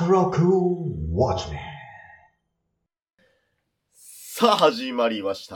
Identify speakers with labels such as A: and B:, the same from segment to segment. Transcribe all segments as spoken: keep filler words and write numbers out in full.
A: トロックウォッチメン。
B: さあ始まりました。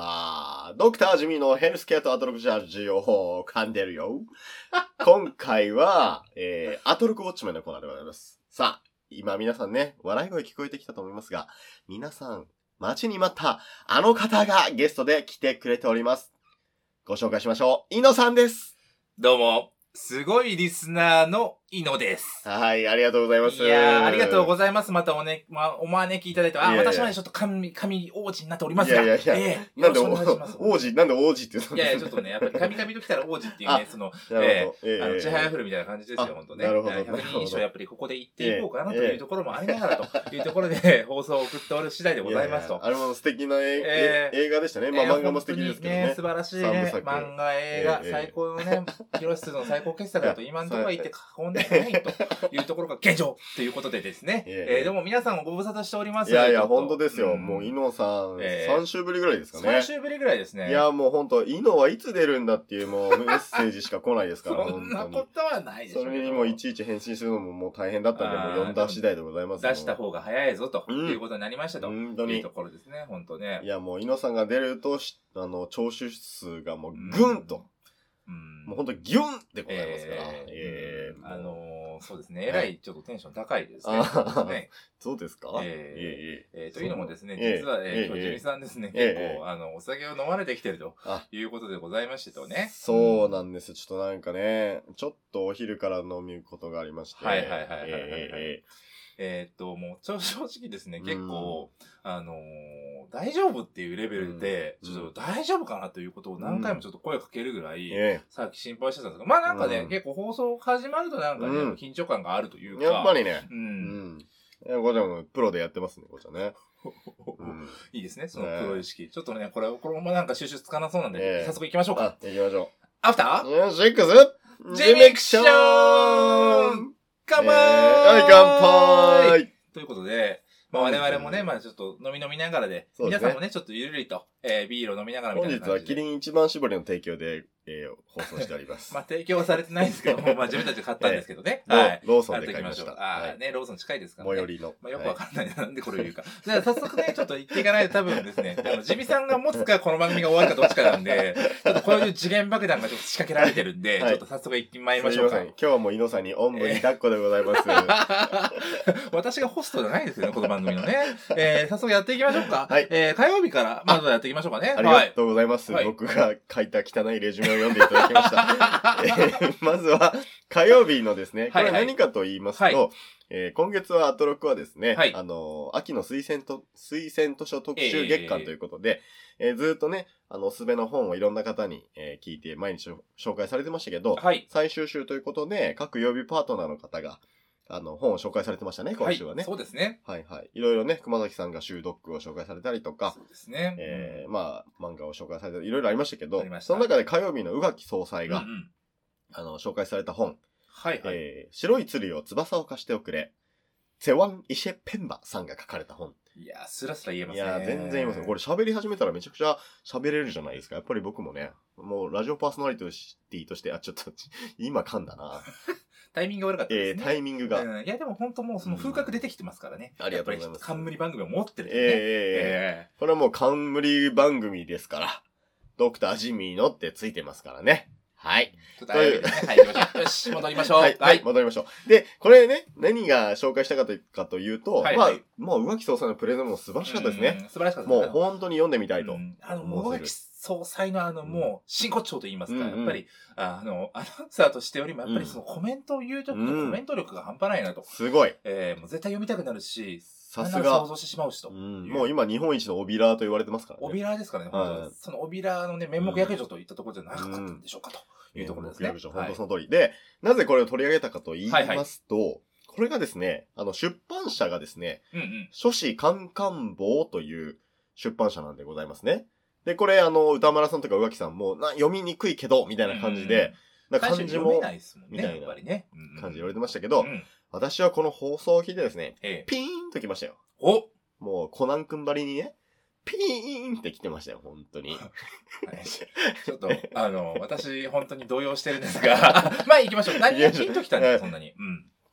B: ドクタージミーのヘルスケアとアトロクジャージを噛んでるよ。今回は、えー、アトロクウォッチメンのコーナーでございます。さあ、今皆さんね、笑い声聞こえてきたと思いますが、皆さん、待ちに待ったあの方がゲストで来てくれております。ご紹介しましょう。イノさんです。
C: どうも、すごいリスナーのイノです。
B: はい、ありがとうございます。
C: いやー、ありがとうございます。またおね、ま、お招きいただいて、あ、
B: いやいや
C: 私はね、ちょっと神、神王子になっておりますが。
B: いやいやいや、
C: えー、
B: なんで
C: よろしくお願いします
B: 王子、なんで王子って言うんですか？
C: いやいや、ちょっとね、やっぱり神々と来たら王子っていうね、その、えー、あの、ちはやふるみたいな感じですよ、ほんとね。
B: なるほど。
C: ひゃくにん以上やっぱりここで行っていこうかなというところもありながらというところで、放送を送っておる次第でございますと。
B: いやいやあれも素敵な映画でしたね。まあ漫画も素敵ですけどね。
C: 素晴らしいね。漫画、映画、最高のね、広瀬の最高傑作だと今のところは言って過言ではないというところが現状ということでですね。えー、でも皆さんご無沙汰しております。
B: いやいや、本当ですよ。もう、イノさん、さん週ぶりぐらいですかね。
C: さん週ぶりぐらいですね。
B: いや、もう本当イノはいつ出るんだっていう、もうメッセージしか来ないですから。
C: そんなことはないでしょ。
B: それにもいちいち返信するのももう大変だったんで、もう読んだ次第でございます。
C: 出した方が早いぞということになりましたというところですね。本当ね。
B: いや、もうイノさんが出ると、あの、聴取数がもうぐんと。うん、もうほんとギュンってございますから。えー、
C: えー、あのー、そうですね。えらいちょっとテンション高いですね。
B: ねそうですか
C: えー、えー、えー、というのもですね、
B: えー、
C: 実は、えー、今日ジミさんですね、えー、結構、あの、お酒を飲まれてきてるということでございましてとね。
B: そうなんです。ちょっとなんかね、ちょっとお昼から飲むことがありまして。
C: はいはいはいはいはい、はい。えーえー、っと、もう、正直ですね、結構、あのー、大丈夫っていうレベルで、うん、ちょっと大丈夫かなということを何回もちょっと声かけるぐらい、うん、さっき心配してたんですけど、まあなんかね、うん、結構放送始まるとなんかね、緊張感があるというか。
B: やっぱりね。
C: うん。うん。
B: いや、こちらもプロでやってますね、こちらね。
C: うん、いいですね、そのプロ意識。ね、ちょっとね、これ、これもなんか収集つかなそうなんで、えー、早速行きましょうか。
B: 行きましょう。
C: アフター
B: よし、シックスジミクション
C: 乾杯、
B: はい、乾杯
C: ということで、まあ、我々もね、まあちょっと飲み飲みながらで、でね、皆さんもね、ちょっとゆるりと、えー、ビールを飲みながらみたいな感じで。
B: 本日はキリン一番搾りの提供で、えー、放送しております。
C: まあ提供はされてないんですけども、まあ自分たちで買ったんですけどね。
B: えー、はい。ローソンで買いました。
C: ああ、はい、ね、ローソン近いですからね。
B: 最寄りの。
C: まあよくわかんないな、なんでこれ言うか。じゃあ早速ね、ちょっと言っていかないと多分ですね、あの、ジミさんが持つかこの番組が終わるかどっちかなんで、ちょっとこういう次元爆弾がちょっと仕掛けられてるんで、はい、ちょっと早速行ってまいりましょうか。
B: 今日はもうイノさんにおんぶに抱っこでございます。え
C: ー、私がホストじゃないですよね、この番組のね。えー、早速やっていきましょうか。
B: はい。
C: えー、火曜日からまずはやっていきましょうかね。
B: ありがとうございます。はい、僕が書いた汚いレジュメを読んでいただきました。えー、まずは、火曜日のですね、これは何かと言いますと、はいはい、えー、今月はアトロクはですね、はい、あのー、秋の推薦と、推薦図書特集月間ということで、えーえー、ずっとね、あの、おすすめの本をいろんな方に、えー、聞いて毎日紹介されてましたけど、はい、最終週ということで、各曜日パートナーの方が、あの、本を紹介されてましたね、今週はね。はい、
C: そうですね。
B: はいはい。いろいろね、熊崎さんが週読を紹介されたりとか、
C: そうですね。
B: えー、まあ、漫画を紹介されたり、いろいろありましたけど、その中で火曜日の宇垣総裁が、うんうん、あの、紹介された本、
C: はいはい。
B: えー、白い鶴よ翼を貸しておくれ、セワン・イシェ・ペンバさんが書かれた本。
C: いやー、スラスラ言えますね。
B: いやー、全然言えますね。これ喋り始めたらめちゃくちゃ喋れるじゃないですか。やっぱり僕もね、もうラジオパーソナリティとして、あ、ちょっと、今噛んだな。
C: タイミングが悪かったですね。
B: えー、タイミングが。
C: うん、いや、でも本当もうその風格出てきてますからね。
B: うん、ありがとうございます。
C: 冠番組を持ってるんで
B: ね。えー、えー、これはもう冠番組ですから、ドクタージミーのってついてますからね。はい。
C: ちょっと早めですね。はい、行きましょう。よし、戻りましょう。
B: はい、はい、戻りましょう。で、これね、何が紹介したかというかというと、はいはい、まあ、もう宇垣総裁のプレゼンも素晴らしかったですね。
C: 素晴らしかった
B: です。もう本当に読んでみたいと。
C: あの、宇垣総裁のあの、もう、真骨頂と言いますか、うんうん、やっぱり、あの、アナウンサーとしてよりも、やっぱりそのコメントを言うときのコメント力が半端ないなと。
B: すごい。
C: えー、もう絶対読みたくなるし、
B: さすが。
C: 想像してしまうしと。
B: うん、もう今日本一のオビラーと言われてますからね。
C: オビラーですからね。はい、そのオビラーのね、面目役所といったところじゃなかったんでしょうかと。うん、いうところですね。
B: 本当その通り。で、なぜこれを取り上げたかと言いますと、はいはい、これがですね、あの、出版社がですね、
C: うんうん、
B: 書士官官房という出版社なんでございますね。で、これあの、歌丸さんとか宇垣さんも、な、読みにくいけど、みたいな感じで、
C: うんうん、な漢字も、みたいな
B: 感じで言われてましたけど、うんうん、私はこの放送を聞いてですね、ええ、ピーンときましたよ。
C: お
B: もう、コナン君ばりにね、ピーンって来てましたよ、本当に。はい、
C: ちょっと、あの、私、本当に動揺してるんですが、まあ行きましょう。何がヒント来たんですか、そんなに。うん。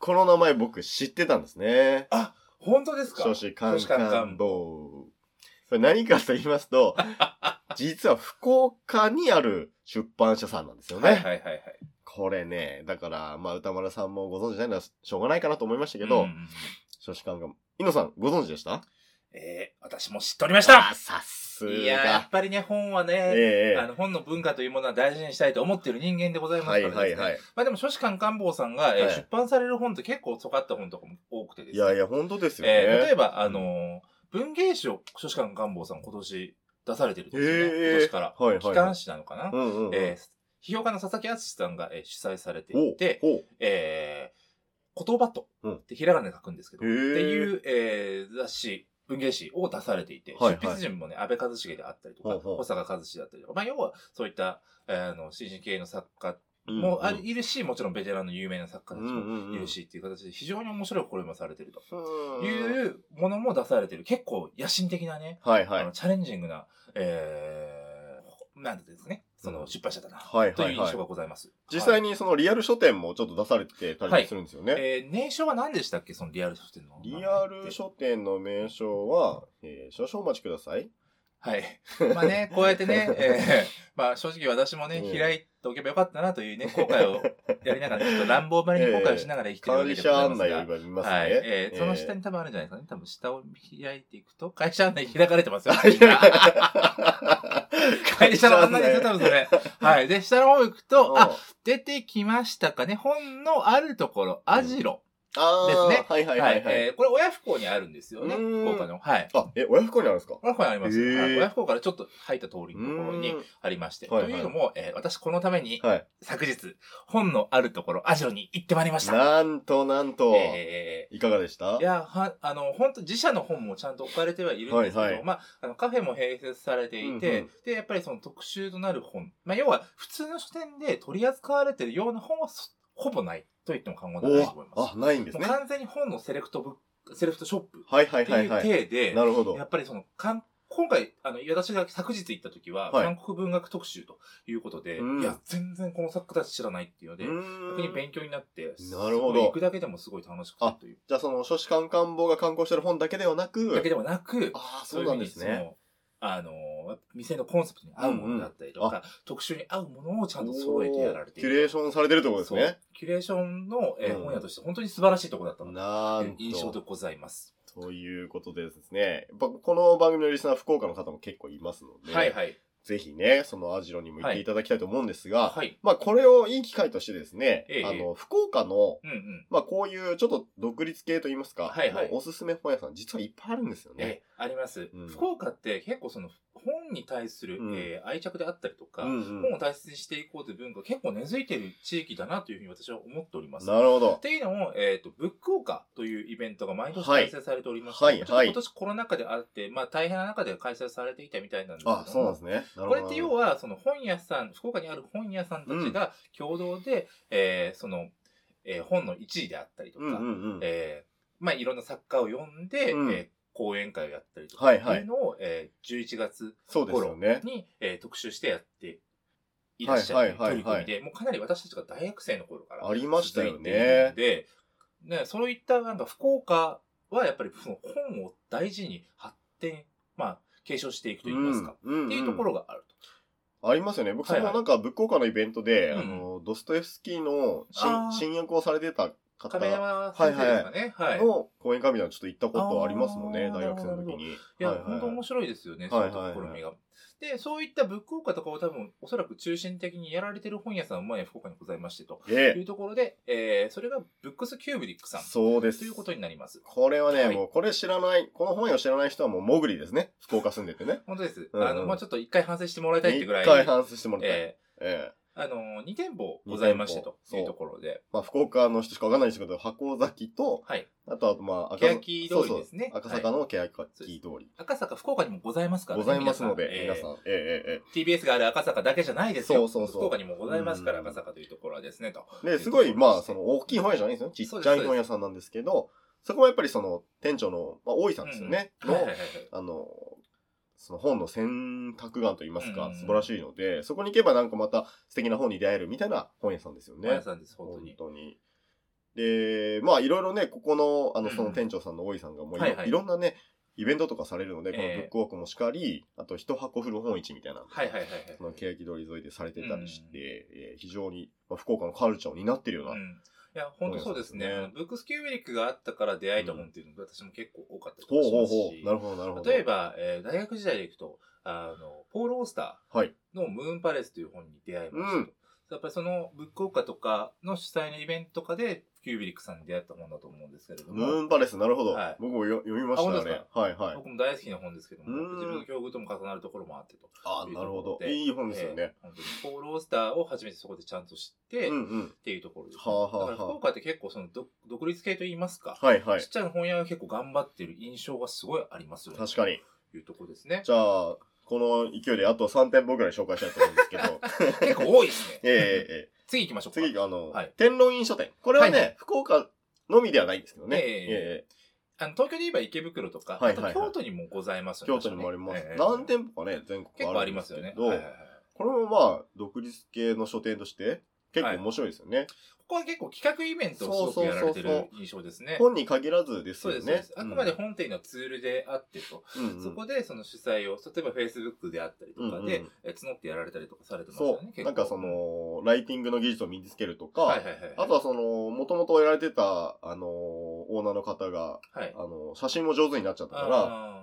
B: この名前僕知ってたんですね。
C: あ、本当ですか？
B: 書士カンカン坊。それ何かと言いますと、実は福岡にある出版社さんなんですよね。
C: はいはいはいはい。
B: これね、だから、まあ歌丸さんもご存知ないのはしょうがないかなと思いましたけど、書士カンカン。井野さんご存知でした？
C: えー、私も知っておりました。
B: あ、さすが。
C: いや、やっぱりね、本はね、えー、あの本の文化というものは大事にしたいと思っている人間でございますからですね。はいはいはい。まあでも、書士カンカン坊さんが、はい、出版される本って結構尖った本とかも多くてですね。
B: いやいや、本当ですよね。
C: えー、例えば、あのー、文芸誌を書士カンカン坊さん今年出されてるんですよね。えー、今年から。はいはい、機関誌なのかな、うんうんうん、えー、批評家の佐々木敦さんが、えー、主催されていて、えー、言葉と、ってひらがなで書くんですけど、っていう、えー、雑誌、文芸誌を出されていて、はいはい、執筆陣もね、安倍一茂であったりとか、保坂和志だったりとか、まあ、要は、そういった、えー、あの、新進系の作家も、うんうん、いるし、もちろんベテランの有名な作家たちもいるしっていう形で、非常に面白い試みもされているというものも出されている。結構野心的なね、はいはい、あのチャレンジングな、えー、なんていうんですかね、その出版社だな、はいはいはい、という印象がございます。
B: 実際にそのリアル書店もちょっと出されてたりするんですよね。はい、
C: えー、名称は何でしたっけ、そのリアル書店の。
B: リアル書店の名称は、えー、少々お待ちください。
C: はい。まあね、こうやってね、えー、まあ正直私もね、うん、開いておけばよかったなというね、後悔をやりながら、ちょっと乱暴ばりに後悔をしながら生きてるわけでございますが。
B: 会社案内を今見ますね。
C: はい。えー、その下に多分あるんじゃないですかね。多分下を開いていくと、会社案内開かれてますよ。会社の案内ですよ、多分それ。はい。で、下の方行くと、あ、出てきましたかね。本のあるところ、アジロ。
B: あ
C: ですね。
B: はいはいはい、はい。
C: えー、これ親不孝にあるんですよね。福岡の。はい。
B: あ、え、親不孝にあるんですか？
C: 親不孝にあります。親不孝からちょっと入った通りのところにありまして。というのも、えー、私このために、はい、昨日、本のあるところ、アジロに行ってまいりました。
B: なんとなんと、えー、いかがでした？
C: いや、は、あの、本当自社の本もちゃんと置かれてはいるんですけど、はいはい、まあ、あの、カフェも併設されていて、うんうん、で、やっぱりその特集となる本。まあ、要は、普通の書店で取り扱われているような本は、ほぼない。と言っても過言ではないと思います。
B: あ、ないんですね。
C: もう完全に本のセレクトブック、セレクトショップっていう体で、
B: なるほど。
C: やっぱりその、かん今回、あの、私が昨日行った時は、はい、韓国文学特集ということで、いや、全然この作家たち知らないっていうので、逆に勉強になって、
B: なるほど。
C: 行くだけでもすごい楽しくてという。
B: じゃあその、書士カンカン坊が刊行してる本だけではなく、
C: だけではなく、
B: ああ、そうなんですね。
C: あの、店のコンセプトに合うものだったりとか、うんうん、特集に合うものをちゃんと揃えてやられている。
B: キュレーションされてるってことですね。
C: キュレーションの、えーうん、本屋として本当に素晴らしいところだった
B: なという
C: 印象でございます。
B: ということでですね、この番組のリスナー福岡の方も結構いますので、
C: はいはい。
B: ぜひね、そのアジロにも行っていただきたいと思うんですが、はい、まあこれをいい機会としてですね、ええ、あの、福岡の、うんうん、まあこういうちょっと独立系といいますか、はいはい、おすすめ本屋さん実はいっぱいあるんですよね。
C: ええ、あります、うん。福岡って結構その本に対する、うんえー、愛着であったりとか、うんうん、本を大切にしていこうという文化が結構根付いている地域だなというふうに私は思っております。
B: なるほど。
C: っていうのも、えっ、ー、と、ブックオーカーというイベントが毎年開催されておりまして、はいはいはい、今年コロナ禍であって、まあ大変な中で開催されていたみたいなんですけども、
B: あ、そうなんですね。なるほど。
C: これって要は、その本屋さん、福岡にある本屋さんたちが共同で、うんえー、その、えー、本の一位であったりとか、うんうんうんえー、まあいろんな作家を呼んで、うんえー講演会をやったりとか、っていうのを、はいはいえー、じゅういちがつ頃に、ねえー、特集してやっていらっしゃる取り組みで、もうかなり私たちが大学生の頃から
B: ありましたよね。
C: で、ね、そういったなんか福岡はやっぱりその本を大事に発展、まあ、継承していくといいますか、うんうんうん、っていうところがあると。
B: ありますよね。僕、そのなんか、ブックオーカーのイベントで、はいはい、あの、ドストエフスキーの新、新訳をされてた
C: 亀山先生ですかね。
B: はい、はい。の講演会みたいなのちょっと行ったことありますもんね、大学生の時に。い
C: や、はいはい、本当面白いですよね、そういう試みが。で、そういったブックオーカーとかを多分、おそらく中心的にやられてる本屋さんも福岡にございましてというところで、えー、それがブックスキューブリックさん。
B: そうです。
C: ということになります。
B: これはね、はい、もうこれ知らない、この本屋を知らない人はもうモグリですね。福岡住んでてね。
C: 本当です。うんうん、あの、まあ、ちょっと一回反省してもらいたいってぐらい。
B: 一回反省してもらいたい。えー、えー
C: あの、に店舗ございましてというところで。
B: まあ、福岡の人しかわかんないんですけど、箱崎と、はい。あと、あと、まあ、
C: 赤坂。欅通りですね。
B: そうそう赤坂の欅通り、はい。
C: 赤坂、福岡にもございますから
B: ね。ございますので、皆さん。えー、えー、え
C: ー、ティービーエス がある赤坂だけじゃないですよ。そうそうそう。福岡にもございますから、赤坂というところはですね、と。
B: で、すごい、まあ、その、大きい本屋じゃないんですよ。ちっちゃい本屋さんなんですけど、そこはやっぱりその、店長の、まあ、大井さんですよね。の、あの、その本の選択眼といいますか、素晴らしいので、そこに行けばなんかまた素敵な本に出会えるみたいな本屋さんですよね。
C: 本屋さんです、本当に。
B: 本当に。 で、まあいろいろね、ここの、あの、その店長さんの大井さんがもういろ、はいはい、いろんなね、イベントとかされるので、このブックウォークもしかり、えー、あと一箱古本市みたいなの、
C: はいはいはいはい。
B: その欅通り沿いでされてたりして、うんえー、非常に、まあ、福岡のカルチャーを担ってるような、うん
C: いや、本当そうですね。ねブックスキューブリックがあったから出会えた本っていうのが私も結構多かったりとかしますし。ほうほうほう。
B: なるほど、なるほど。
C: 例えば、えー、大学時代で行くと、あの、ポール・オースターのムーンパレスという本に出会いましたと。うんやっぱりそのブックオーカーとかの主催のイベントとかでキュービリックさんに出会った本だと思うんですけれども。
B: ムーンパレス、なるほど。はい、僕も読みましたね。はいはい。
C: 僕も大好きな本ですけども、自分の境遇とも重なるところもあってと。
B: ああ、なるほど。いい本ですよね。
C: えー、本当にポール・オースターを初めてそこでちゃんと知って、うんうん、っていうところです、ね。はあはあ、だから福岡って結構その独立系といいますか、はいはい、ちっちゃな本屋が結構頑張ってる印象がすごいありますよね。
B: 確かに。
C: というところですね。
B: じゃあ、この勢いであとさん店舗ぐらい紹介したいと思うんですけど。
C: 結構多いですね。
B: ええええ。
C: 次行きましょうか。
B: 次、あの、はい、天狼院書店。これはね、はいはい、福岡のみではないんですけどね。ええええ、
C: あの東京で言えば池袋とか、はいはいはい、あと京都にもございますよね。
B: 京都にもあります。ええ、何店舗かね、全国あるんですけど。結構ありますよね。はいはいはい、これもまあ、独立系の書店として、結構面白いですよね。はい
C: ここは結構企画イベントをすごくやられてる印象ですね。
B: 本に限らずですよね。
C: そうです。あくまで本店のツールであってと、うん、そこでその主催を、例えば Facebook であったりとかで、うんうん、募ってやられたりとかされてますよね。
B: そう。なんかその、ライティングの技術を身につけるとか、はいはいはいはい、あとはその、もともとやられてた、あの、オーナーの方が、はい、あの、写真も上手になっちゃったから、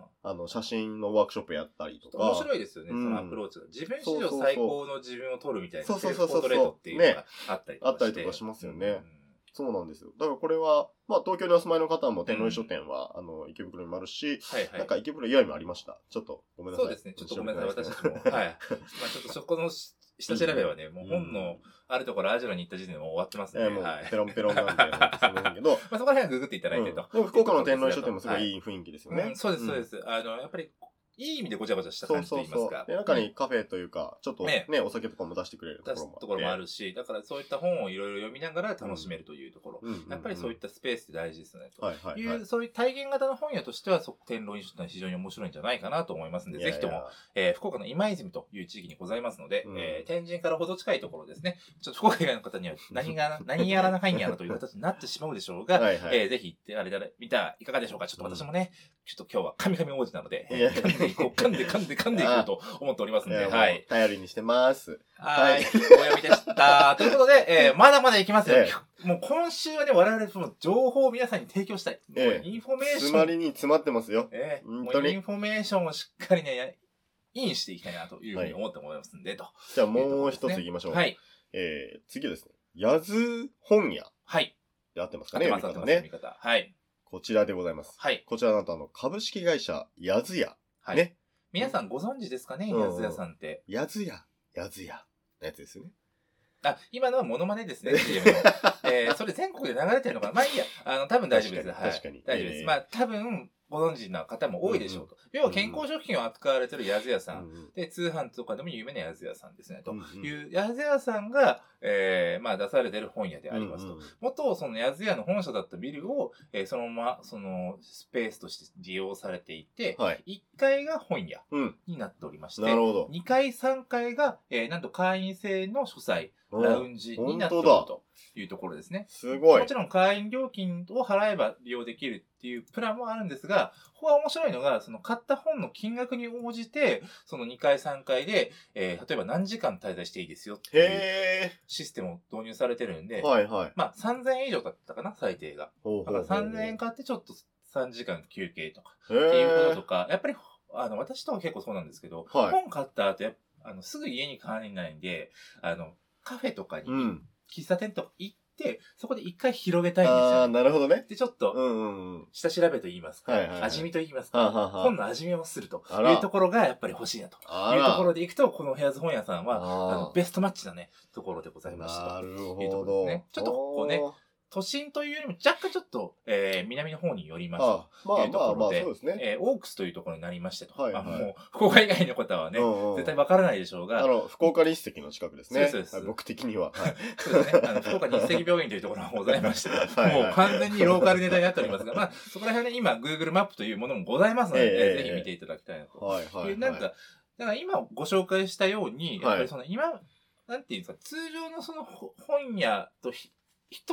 B: あの、写真のワークショップやったりとか。
C: 面白いですよね、うん、そのアプローチが。自分史上最高の自分を撮るみたいな、セルフポートレートっていうのがあったりとかして。ね、
B: あったりとかしますよね。うんそうなんですよ。だからこれは、まあ東京にお住まいの方も天王書店は、うん、あの、池袋にもあるし、はいはい、なんか池袋以外もありました。ちょっとごめんなさい。
C: そうですね。ちょっとごめんなさい。私たちも。はい。まあちょっとそこの下調べはね、もう本のあるところアジアに行った時点でもう終わってますね。
B: えー、もうペロンペロンなんで、すみませんけど。
C: まあそこら辺はググっていただいてと。
B: うん、でも福岡の天王書店もすごいいい雰囲気ですよね。
C: はいうん、そうです、そうです。あの、やっぱり、いい意味でごちゃごちゃした感じと言いますか。そうそうそう。
B: で、中にカフェというか、ちょっとね、ねお酒とかも出してくれるところもあって。
C: ところもあるし、だからそういった本をいろいろ読みながら楽しめるというところ。うん、やっぱりそういったスペースって大事ですね。という、はいはいはい、そういう体験型の本屋としては、天狼院書店は非常に面白いんじゃないかなと思いますので、ぜひとも、えー、福岡の今泉という地域にございますので、うん、えー、天神からほど近いところですね。ちょっと福岡以外の方には何が、何やらなかんやらという形になってしまうでしょうが、はいはい、えー、ぜひ行ってあれだ見たらいかがでしょうか。ちょっと私もね、ちょっと今日は神々王子なので、えー、噛んでいこう、噛んで噛んで噛んでいこうと思っておりますので、はい。
B: 頼りにしてます。
C: はい。お読みでした。ということで、えー、まだまだいきますよ。えー、もう今週はね、我々その情報を皆さんに提供したい。えー、インフォメーション。
B: 詰まりに詰まってますよ。
C: えー、本当に。インフォメーションをしっかりね、インしていきたいなというふうに思って思いますんで、と。
B: じゃあもう一ついきましょう。はい。えー、次ですね。やず本屋。はい。で合ってますかね、
C: 合ってます、合ってます、読み方。はい。
B: こちらでございます。はい。こちらなんとあの、株式会社、やずや。はい。ね。
C: 皆さんご存知ですかね、やずやさんって。
B: やずや、やずや。のやつですよね。
C: あ、今のはモノマネですね、シーエム の。えー、それ全国で流れてるのかなまあいいや。あの、多分大丈夫です。
B: 確かに。
C: 大丈夫です。まあ多分、ご存知な方も多いでしょうと。要は健康食品を扱われてるやずやさん。で、通販とかでも有名なやずやさんですね。という、やずやさんが、えー、まあ出されてる本屋でありますと。元、そのやずやの本社だったビルを、えー、そのまま、その、スペースとして利用されていて、いっかいが本屋になっておりまして、にかい、さんがいが、えー、なんと会員制の書斎、ラウンジになっておるというところですね。
B: すごい。
C: もちろん会員料金を払えば利用できるっていうプランもあるんですが、ここは面白いのが、その買った本の金額に応じて、そのにかいさんかいで、えー、例えば何時間滞在していいですよっていうシステムを導入されてるんで、はいはい、まあさんぜんえん以上だったかな、最低が。ほうほうほうほうだからさんぜんえん買ってちょっとさんじかん休憩とか、っていうこととか、やっぱり、あの、私とは結構そうなんですけど、はい、本買った後、あの、すぐ家に帰れないんで、あの、カフェとかに、喫茶店とか行って、うん、そこで一回広げたいんですよ、ね。
B: ああ、なるほどね。
C: で、ちょっと、うんうんうん、下調べと言いますか、はいはいはい、味見と言いますか、ははは本の味見をするというところがやっぱり欲しいなというところで行くと、このヘアズ本屋さんは、あのベストマッチなね、ところでございました。
B: なるほど。
C: いうところですね。ちょっとこうね、都心というよりも若干ちょっと、えー、南の方に寄りました。というところで、えー、オークスというところになりましてと。はいはい、まあ、もう、福岡以外の方はね、うんうん、絶対わからないでしょうが。
B: あの、福岡日石の近くですね。
C: そうです。
B: 僕的には。
C: はい、そうですね。あの、福岡日石病院というところがございまして、はいはい、もう完全にローカルネタになっておりますが、まあ、そこら辺ね、今、Google マップというものもございますので、えー、ぜひ見ていただきたいなと。はいはい、はい。なんか、だから今ご紹介したように、やっぱりその、今、なんていうんですか、通常のその本屋とひ、一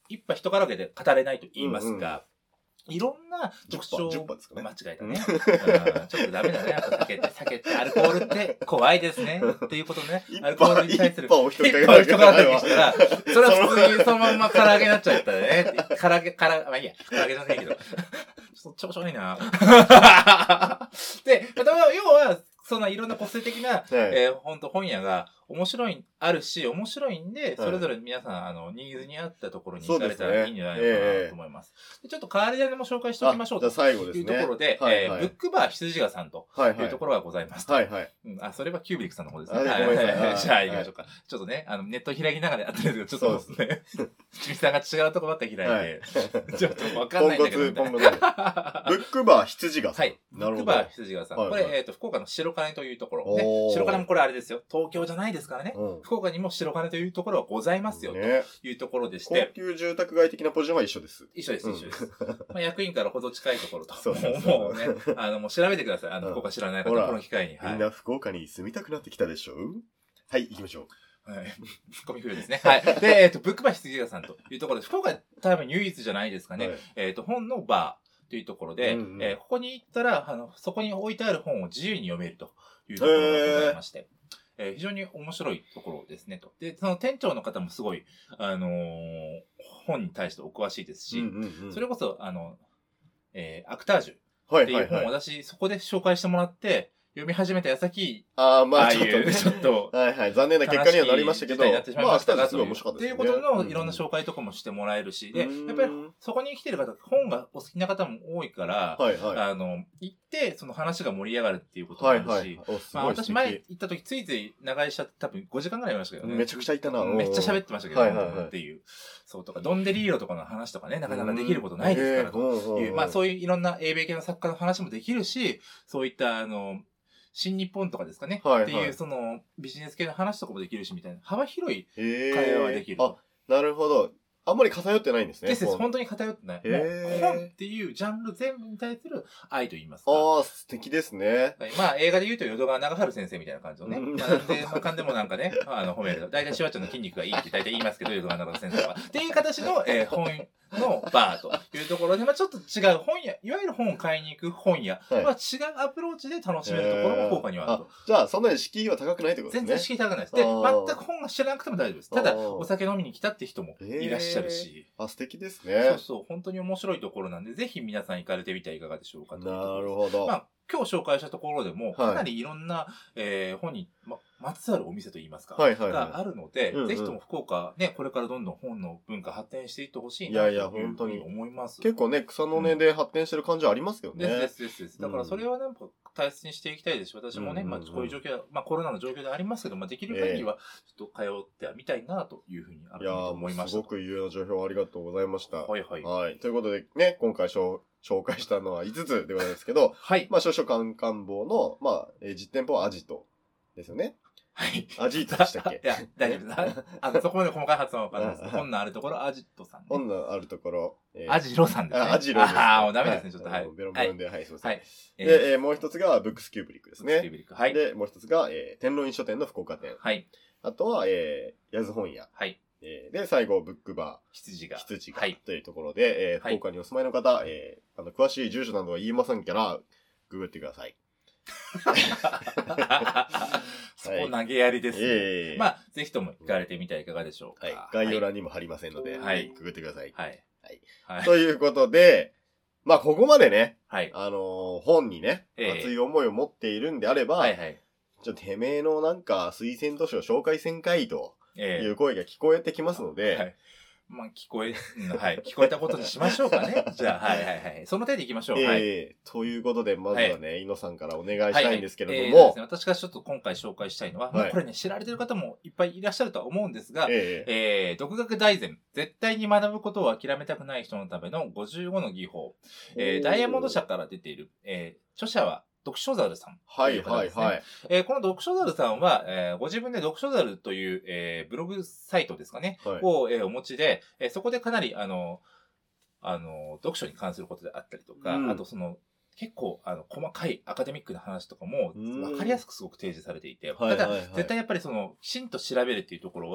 C: 一波人からげで語れないと言いますが、うんうんいろんな特徴を
B: じゅっぱですかね。
C: 間違えたね、うん。ちょっとダメだね。やっぱ酒って、酒ってアルコールって怖いですね。っていうことね。アルコールに対する。
B: 一杯を人から
C: げにしたら、それは普通にそのまんま唐揚げになっちゃったね。唐揚げ、唐揚げ、まあいいや。唐揚げじゃないけど。ちょっと調子悪いな。で、要は、そんないろんな個性的な、はいえー、本当本屋が面白い、あるし、面白いんで、それぞれ皆さん、あの、ニーズに合ったところに行かれたらいいんじゃないのかなと思います。すねえー、でちょっと変わり種も紹介しておきましょうと。
B: 最後ですね。
C: いうところで、はいはいえー、ブックバー羊ヶさんというところがございます。
B: はいはい。
C: うん、あ、それはキュービリックさんの方ですね。はいはいはい。じゃあ行きましょうか。はい、ちょっとね、あの、ネット開きながらやってるんですけど、ちょっとね、ちみさんが違うところばっか開いて、はい、ちょっとわかんないんだけど。
B: ポンコツ、ポンコツ。ブックバー羊ヶさん。
C: はい。ブックバー羊ヶさん。これ、えっと、福岡の白金というところ。ね、白金もこれあれですよ。東京じゃないですからね。うん、福岡にも白金というところはございますよ。ね、というところでして。
B: 高級住宅街的なポジションは一緒です。
C: 一緒です、一緒です。まあ、役員からほど近いところと。そうそうそうもうね、あの、もう調べてください。あの、福岡知らない方、この機会に。
B: みんな福岡に住みたくなってきたでしょうはい、行きましょ
C: う。はい。ツッコミフルですね。はい。で、えっと、ブックバー羊ヶさんというところで、福岡多分唯一じゃないですかね。はい、えっと、本のバーというところで、うんうんえー、ここに行ったら、あの、そこに置いてある本を自由に読めるというところがございまして。えー、非常に面白いところですねと。で、その店長の方もすごい、あのー、本に対してお詳しいですし、うんうんうん、それこそ、あの、えー、アクタージュっていう本を私、そこで紹介してもらって、読み始めた矢先、
B: ああ、まあちょっと、
C: ね、ちょっと、
B: はいはい、残念な結果にはなりましたけど、
C: まあ、アクタージュす
B: ごい面白かったですね。
C: っていうことのいろんな紹介とかもしてもらえるし、で、やっぱりそこに来てる方、本がお好きな方も多いから、はいはい、あの、行って、その話が盛り上がるっていうこともあるし、はいはいまあ、私前行った時ついつい長居しちゃって多分ごじかんぐらいいましたけどね。
B: めちゃくちゃ行ったな。
C: めっちゃ喋ってましたけど、はいはいはい、っていう。そうとか、ドンデリーロとかの話とかね、なかなかできることないですからという、まあそういういろんな英米系の作家の話もできるし、そういったあの、新日本とかですかね、はいはい、っていうそのビジネス系の話とかもできるしみたいな幅広い会話ができる。
B: あ、なるほど。あんまり偏ってないんですね。
C: ですです。本当に偏ってない。もう本っていうジャンル全部に対する愛と言いますか。
B: ああ、素敵ですね。
C: はい、まあ映画で言うと淀川長春先生みたいな感じのね。まあ、なんで、まあかんでもなんかね、あの褒める。大体シュワちゃんの筋肉がいいって大体言いますけど、淀川長春先生は。っていう形の、えー、本のバーというところで、まあちょっと違う本屋、いわゆる本を買いに行く本屋は、はい、違うアプローチで楽しめるところも効果にはあると。
B: じゃあそんなに敷居は高くないってことですね。
C: 全然敷居高くないです。で、全く本が知らなくても大丈夫です。ただ、お酒飲みに来たって人もいらっしゃるし。
B: あ、素敵ですね。
C: そうそう、本当に面白いところなんで、ぜひ皆さん行かれてみてはいかがでしょうかというところです。
B: なるほど。
C: まあ、今日紹介したところでも、かなりいろんな、はいえー、本に、ま、まつわるお店といいますか、はいはいはい、があるので、うんうん、ぜひとも福岡ね、これからどんどん本の文化発展していってほしいなというふうに思います。
B: 結構ね、草の根で発展してる感じはありますよね。
C: うん、ですですです。だからそれはなんか大切にしていきたいですし、私もね、うんうんうん、まあこういう状況は、まあコロナの状況でありますけど、まあできる限りはちょっと通ってはみたいなというふうに改めて思いました。
B: いやー、すごく有用な情報ありがとうございました。
C: はいはい。
B: はい。ということでね、今回紹介したのはいつつでございますけど、はい。まあ少々カンカン坊の、まあ、えー、実店舗はアジトですよね。
C: はい。
B: アジトでしたっけ？
C: いや、大丈夫です。あの、そこまで細かい発音はわかんないです。本のあるところ、アジトさん、ね。
B: 本のあるところ、
C: えー、アジロさんですね。
B: アジロです、ね。
C: ああ、もうダメですね、ちょっと。はい。
B: ベロンベロンで、はい、はい、すいません。はい。
C: で、
B: えー、もう一つが、ブックスキューブリックですね。ブックスキューブリック。はい。で、もう一つが、えー、天狼院書店の福岡店。はい。あとは、えー、ヤズ本屋。はい。えー、で、最後、ブックバー。
C: 羊が。
B: 羊が。はい。というところで、えー、福岡にお住まいの方、はい、えー、あの、詳しい住所などは言いませんから、ググってください。
C: そこ投げやりですね。えー、まあ、ぜひとも行かれてみてはいかがでしょうか。
B: はい。概要欄にも貼りませんので、
C: はい。
B: ググってください。
C: はい。
B: はい。はい、ということで、まあ、ここまでね、
C: はい。
B: あのー、本にね、えー、熱い思いを持っているんであれば、はいはい。ちょっとてめえのなんか推薦図書紹介せんかいという声が聞こえてきますので、えーはい
C: まあ、聞こえ、はい。聞こえたことにしましょうかね。じゃあ、はいはいはい。その手で行きましょう。
B: えー、
C: はい。
B: ということで、まずはね、はい、井野さんからお願いしたいんですけれども。はい
C: はいえーですね、私がちょっと今回紹介したいのは、はい、まあ、これね、知られてる方もいっぱいいらっしゃるとは思うんですが、えー、えー、独学大全、絶対に学ぶことを諦めたくない人のためのごじゅうごの技法、えー、ダイヤモンド社から出ている、えー、著者は、読書ザルさん、ね。
B: はいはいはい。
C: えー、この読書ザルさんは、えー、ご自分で読書ザルという、えー、ブログサイトですかね、はい、を、えー、お持ちで、えー、そこでかなり、あの、あの、読書に関することであったりとか、うん、あとその、結構、あの、細かいアカデミックな話とかも、わかりやすくすごく提示されていて、ただ、絶対やっぱりその、きちんと調べるっていうところは、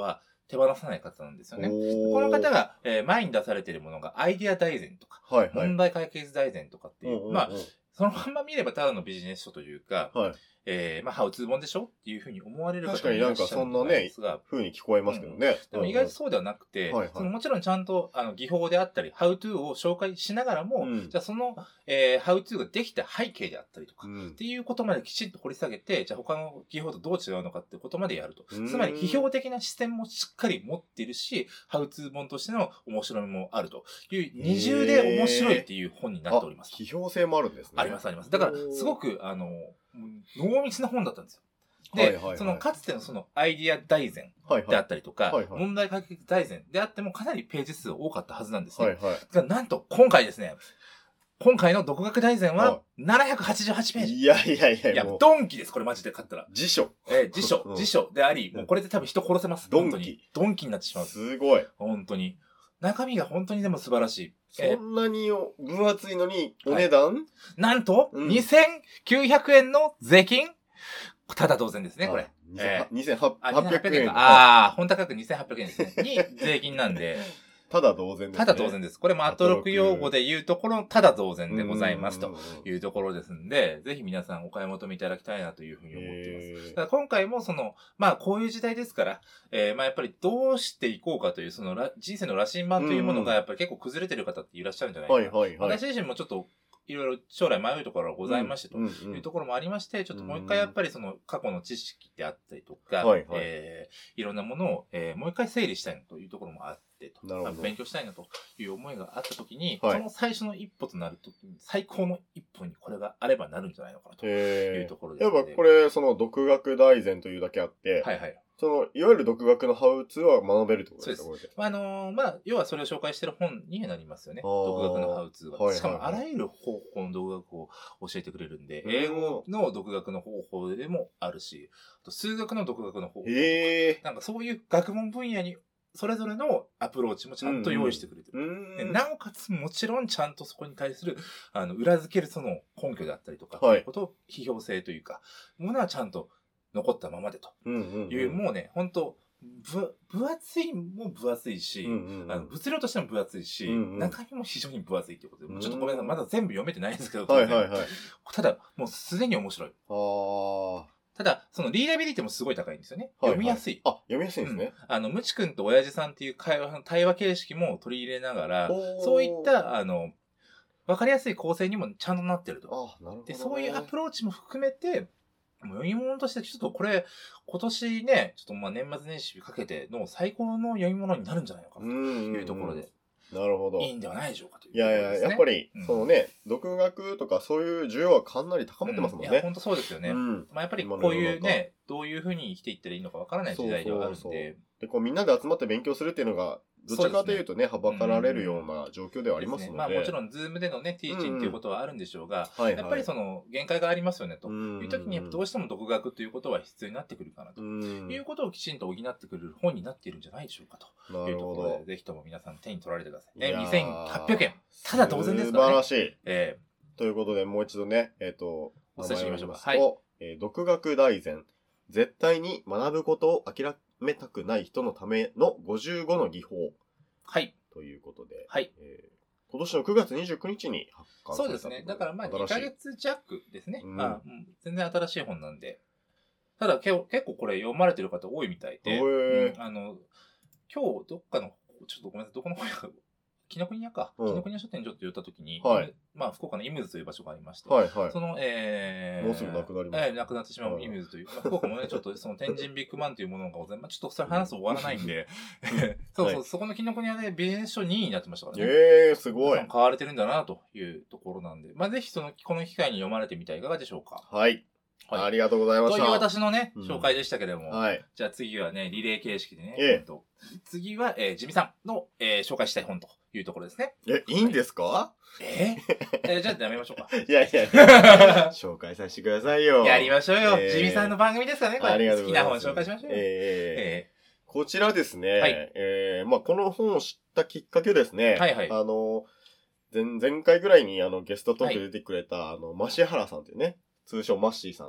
C: 手放さない方なんですよね。この方が、えー、前に出されているものがアイディア大全とか、はいはい、問題解決大全とかっていう、うんうんうん、まあ、そのまんま見ればただのビジネス書というか、はい、えー、まあ、ハウツー本でしょっていうふうに思われる方もいらっしゃるんですが。確かになんかそんなね、風に聞こえますけどね。うん、でも意外とそうではなくて、うんうん、そのもちろんちゃんと、あの、技法であったり、ハウトゥーを紹介しながらも、うん、じゃあその、えー、ハウトゥーができた背景であったりとか、うん、っていうことまできちんと掘り下げて、じゃあ他の技法とどう違うのかっていうことまでやると。つまり、批評的な視点もしっかり持っているし、ハウツー本としての面白みもあるという、二重で面白いっていう本になっております。
B: 批評性もあるんですね。
C: あります、あります。だから、すごく、あの、濃密な本だったんですよ。で、はいはいはい、そのかつてのそのアイディア大全であったりとか、はいはいはいはい、問題解決大全であってもかなりページ数多かったはずなんですね。はいはい、がなんと今回ですね、今回の独学大全はななひゃくはちじゅうはちページ。
B: いやいやいや。
C: いや、ドンキです、これマジで買ったら。
B: 辞書。
C: えー、辞書、辞書であり、もうこれで多分人殺せます。
B: ドンキ。
C: ドンキになってしまう。
B: すごい。
C: 本当に。中身が本当にでも素晴らしい。
B: そんなに分厚いのにお値段、はい、
C: なんと、うん、にせんきゅうひゃくえんの税金ただ同然ですね、これ。
B: にせんはっぴゃくえん。
C: ああ、本高くにせんはっぴゃくえんですね。に税金なんで。
B: ただ同然ですね。
C: ただ同然です。これもアトロク用語で言うところのただ同然でございますというところですんで、ぜひ皆さんお買い求めいただきたいなというふうに思っています。だから今回もその、まあこういう時代ですから、えー、まあやっぱりどうしていこうかというその人生の羅針盤というものがやっぱり結構崩れてる方っていらっしゃるんじゃないかな。はいはいはい。私自身もちょっといろいろ将来迷うところがございましてというところもありまして、ちょっともう一回やっぱりその過去の知識であったりとか、はいはい、えー、いろんなものを、えー、もう一回整理したいなというところもあってと、勉強したいなという思いがあったときに、はい、その最初の一歩となるときに、最高の一歩にこれがあればなるんじゃないのかなというところです、
B: ね。やっぱこれ、その独学大全というだけあって、はいはい。その、いわゆる独学のハウツーは学べるってことですか？そうです。
C: あのー、まあ、要はそれを紹介してる本になりますよね。独学のハウツーは、はいはいはい。しかもあらゆる方法の独学を教えてくれるんで、英語の独学の方法でもあるし、あと数学の独学の方法とか、なんかそういう学問分野にそれぞれのアプローチもちゃんと用意してくれてる。うんうん、なおかつもちろんちゃんとそこに対する、あの、裏付けるその根拠であったりとか、はい、こと批評性というか、ものはちゃんと残ったままでという、うんうんうん、もうね、本当ぶ、分厚いも分厚いし、うんうんうん、あの物量としても分厚いし、うんうん、中身も非常に分厚いということで、うん、ちょっとごめんなさい、まだ全部読めてないんですけど、はいはいはい、ただ、もうすでに面白い。あただ、そのリーダビリティもすごい高いんですよね。はいはい、読みやすい。
B: あ、読みやすいんですね。
C: うん、あの、ムチ君と親父さんっていう会話の対話形式も取り入れながら、そういった、あの、わかりやすい構成にもちゃんとなってると。あ、なるほどね。で、そういうアプローチも含めて、読み物としてちょっとこれ、今年ね、ちょっとまあ年末年始かけての最高の読み物になるんじゃないのかなというところで。
B: なるほど。
C: いいんではないでしょうかという、
B: ね。いやいや、やっぱり、うん、そのね、独学とかそういう需要はかなり高まってますもんね。うん、いや、
C: 本当そうですよね。うん、まあやっぱりこういうね、どういうふうに生きていったらいいのかわからない時代ではあるんで。そうそうそう
B: で、こうみんなで集まって勉強するっていうのが、どちらかというとね、はばかられるような状況ではありますので。
C: まあもちろん、ズームでのね、ティーチングということはあるんでしょうが、うんうん、やっぱりその、限界がありますよね、という時に、どうしても独学ということは必要になってくるかな、ということをきちんと補ってくれる本になっているんじゃないでしょうか、というところで、ぜひとも皆さん手に取られてください。ね、にせんはっぴゃくえん。ただ同然ですからね。
B: 素晴らしい。えー、ということで、もう一度ね、えっ、ー、と、
C: お伝えしてみましょうか。
B: はい。えー、独学大全。絶対に学ぶことを諦めたくない人のためのごじゅうごの技法。
C: はい。
B: ということで。
C: はい。
B: えー、今年のくがつにじゅうくにちに発刊された。
C: そうですね。だからまあにかげつ弱ですね。うん、あ、うん、全然新しい本なんで。ただ結構これ読まれてる方多いみたいで。うん、あの、今日どっかの、ちょっとごめんなさい、どこの本やか。紀ノ国屋か。紀ノ国屋書店にちょっと寄ったときに、はい、まあ、福岡のイムズという場所がありまして、はいはい、その、えー、
B: もうすぐなくなります。
C: えー、なくなってしまうイムズという、まあ、福岡もね、ちょっとその天神ビッグマンというものがございます。ちょっとそれ話すと終わらないんで、そうそう、はい、そこの紀ノ国屋でビジネス書にいになってましたからね。
B: えー、すごい。
C: 買われてるんだな、というところなんで、まあ、ぜひその、この機会に読まれてみてはいかがでしょうか。
B: はい。はい、ありがとうございました。
C: という私のね、紹介でしたけれども、うん、はい。じゃあ次はね、リレー形式でね、ええ、次は、えー、ジミさんの、えー、紹介したい本というところですね。
B: え、いいんですか？
C: はい、えー、えー、じゃあやめましょうか。
B: いやいやいや、紹介させてくださいよ。
C: やりましょうよ。えー、ジミさんの番組ですからね、これ。ありがとうございます。好きな本紹介しましょうよ。えー、
B: えー、こちらですね、はい、えー、まあこの本を知ったきっかけですね、はいはい。あの、前、前回ぐらいにあのゲストトークで出てくれた、はい、あの、マシハラさんというね、通称マッシーさん。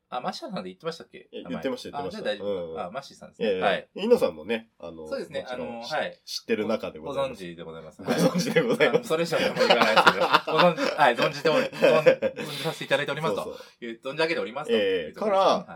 C: あ、マッシーさんで言ってましたっけ？
B: 言ってました、言ってました。
C: あ、じゃあ大丈夫。うん、あ、マッシーさんですね。
B: えー、はい。インノさんもね、あの、
C: そうですね、あの、はい。
B: 知ってる中でございます。
C: ご存知でございます。
B: ご存知でございます。
C: それ以上はもういかないですけど、ご存知、はい、存じており、存じさせていただいておりますと。そうそう存じ上げておりますと。
B: ええ、から、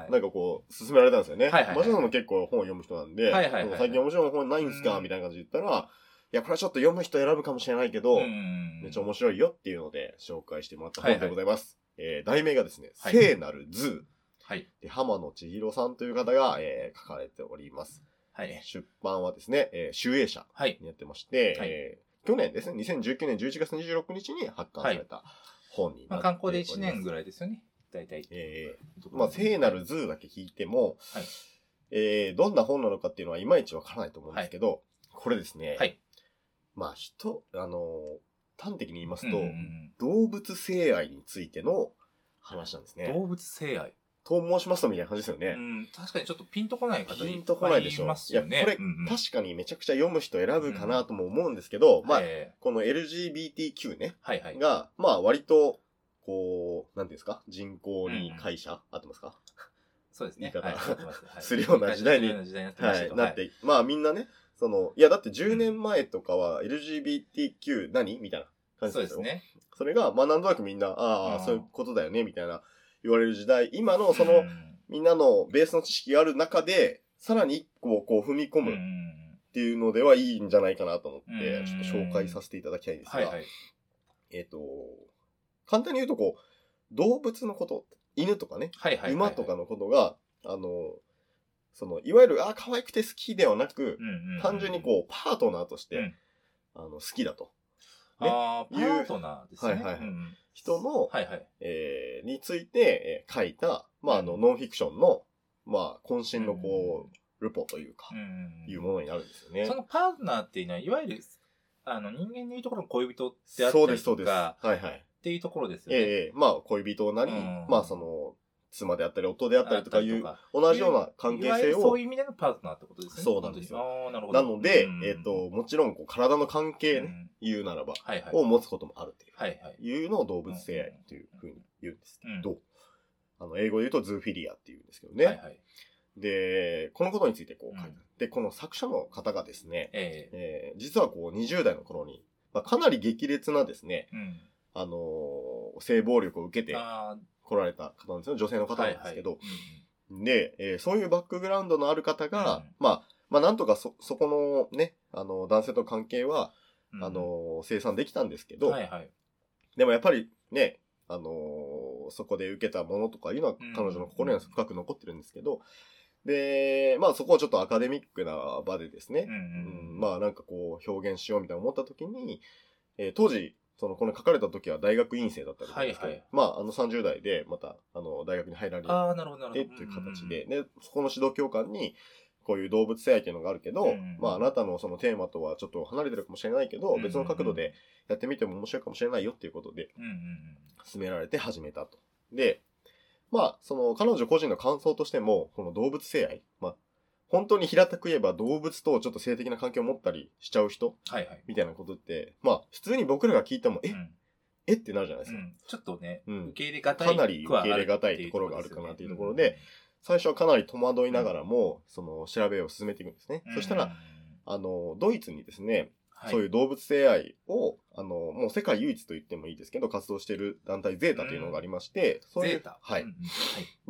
B: なんかこう、勧められたんですよね。はいはい。マッシーさんも結構本を読む人なんで、はいはい。最近面白い本ないんすかみたいな感じで言ったら、いや、これはちょっと読む人選ぶかもしれないけど、めっちゃ面白いよっていうので紹介してもらった本でございます。えー、題名がですね、はい、聖なるズー。はい。で、浜野千尋さんという方が、えー、書かれております。はい。出版はですね、えー、集英社にやってまして、はい、えー、去年ですね、にせんじゅうきゅうねんじゅういちがつにじゅうろくにちに発刊された本になっております。はい、まあ、
C: 観光でいちねんぐらいですよね。大体。
B: えー、まあ、聖なるズーだけ聞いても、はい、えー、どんな本なのかっていうのはいまいちわからないと思うんですけど、はい、これですね、はい。まあ、人、あのー、端的に言いますと、うんうんうん、動物性愛についての話なんですね。
C: 動物性愛
B: と申しますとみたいな感じですよね。
C: うん、確かにちょっとピンとこない方いっぱいいますよね。
B: ピンとこないでしょ。いや、これ、うんうん、確かにめちゃくちゃ読む人選ぶかなとも思うんですけど、うん、まあ、この エルジービーティーキュー ね、はいはい、が、まあ割と、こう、なんていうんですか、人口に会社、うんうん、合ってますか？
C: そうですね。
B: 言い方、
C: はい、
B: するような時代に、はい、なって、まあみんなね、その、いやだってじゅうねんまえとかは エルジービーティーキュー 何みたいな感じですよ。そうですね。それが、まあなんとなくみんな、ああ、そういうことだよね、みたいな言われる時代、今のその、うん、みんなのベースの知識がある中で、さらに一個こう踏み込むっていうのではいいんじゃないかなと思って、ちょっと紹介させていただきたいんですが、はいはい、えっと、簡単に言うとこう、動物のこと、犬とかね、はいはいはいはい、馬とかのことが、あの、その、いわゆる、あ、可愛くて好きではなく、うんうんうん、単純にこう、パートナーとして、うん、あの、好きだと。
C: ね、ああ、パートナーですね。
B: はいはいはい。うん、人の、はいはい、えー、について、えー、書いた、まあ、あの、うん、ノンフィクションの、まあ、渾身のこう、うん、ルポというか、うん、いうものになるんですよね。
C: そのパートナーっていうのは、いわゆる、あの、人間でいうところの恋人ってあったりとか、そうです、そうです。はいはい。っていうところですよね。ええー、まあ、
B: 恋人なり、うん、まあ、その、妻であったり、夫であったりとかいう、同じような関係性を。
C: そういう意味でのパートナーってことですね。
B: そうなんですよ。あなるほど。なので、うん、えっ、ー、と、もちろん、こう、体の関係ね、うん、言うならば、はいはい、を持つこともあるっていう、はいはい、いうのを動物性愛というふうに言うんですけど、うん、あの、英語で言うとズーフィリアっていうんですけどね。はいはい、で、このことについてこう書いてある。うん、で、この作者の方がですね、えーえー、実はこう、にじゅう代の頃に、まあ、かなり激烈なですね、うん、あのー、性暴力を受けて、来られた方なんですよ。女性の方なんですけど。はいはいうん、で、えー、そういうバックグラウンドのある方が、うん、まあ、まあなんとかそ、そこのね、あの、男性との関係は、うん、あの、生産できたんですけど、はいはい、でもやっぱりね、あのー、そこで受けたものとかいうのは彼女の心には深く残ってるんですけど、で、まあそこをちょっとアカデミックな場でですね、うんうんうん、まあなんかこう表現しようみたいな思った時に、えー、当時、その、この書かれた時は大学院生だったりとかですけど、はいはい、まあ、あのさんじゅう代でまた、あの、大学に入られて、という形で、で、そこの指導教官に、こういう動物性愛っていうのがあるけど、うん、まあ、あなたのそのテーマとはちょっと離れてるかもしれないけど、うん、別の角度でやってみても面白いかもしれないよっていうことで、勧められて始めたと。で、まあ、その、彼女個人の感想としても、この動物性愛、まあ、本当に平たく言えば動物とちょっと性的な関係を持ったりしちゃう人、はいはい、みたいなことって、まあ、普通に僕らが聞いても、え、うん、えってなるじゃないですか。うん、
C: ちょっとね、うん、受け入れがたい。
B: かなり受け入れがたいところがあるかなというところで、最初はかなり戸惑いながらも、うん、その、調べを進めていくんですね。うん、そしたら、あの、ドイツにですね、はい、そういう動物性愛を、あの、もう世界唯一と言ってもいいですけど、活動している団体ゼータというのがありまして、うん、そういう、ゼータはい、うんうんはい。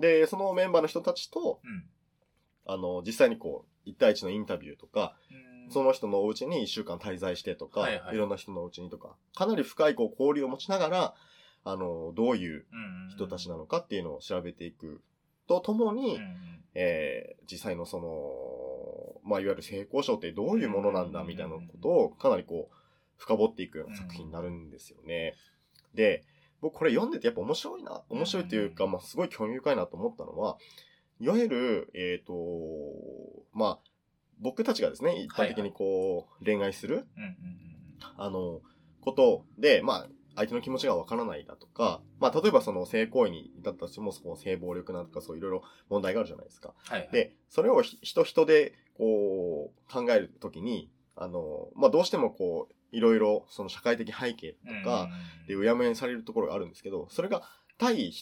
B: で、そのメンバーの人たちと、うんあの、実際にこう、一対一のインタビューとか、その人のお家に一週間滞在してとか、はいはい、いろんな人のお家にとか、かなり深いこう交流を持ちながら、あの、どういう人たちなのかっていうのを調べていくとともに、えー、実際のその、まあ、いわゆる性交渉ってどういうものなんだみたいなことをかなりこう、深掘っていくような作品になるんですよね。で、僕これ読んでてやっぱ面白いな、面白いというか、まあ、すごい興味深いなと思ったのは、いわゆる、えっと、まあ、僕たちがですね、一般的にこう、恋愛する、あの、ことで、まあ、相手の気持ちがわからないだとか、まあ、例えばその性行為に至ったとしても、そこ性暴力なんとかそういろいろ問題があるじゃないですか。はいはい、で、それを人人で、こう、考えるときに、あの、まあ、どうしてもこう、いろいろその社会的背景とかでうやむやにされるところがあるんですけど、それが対人、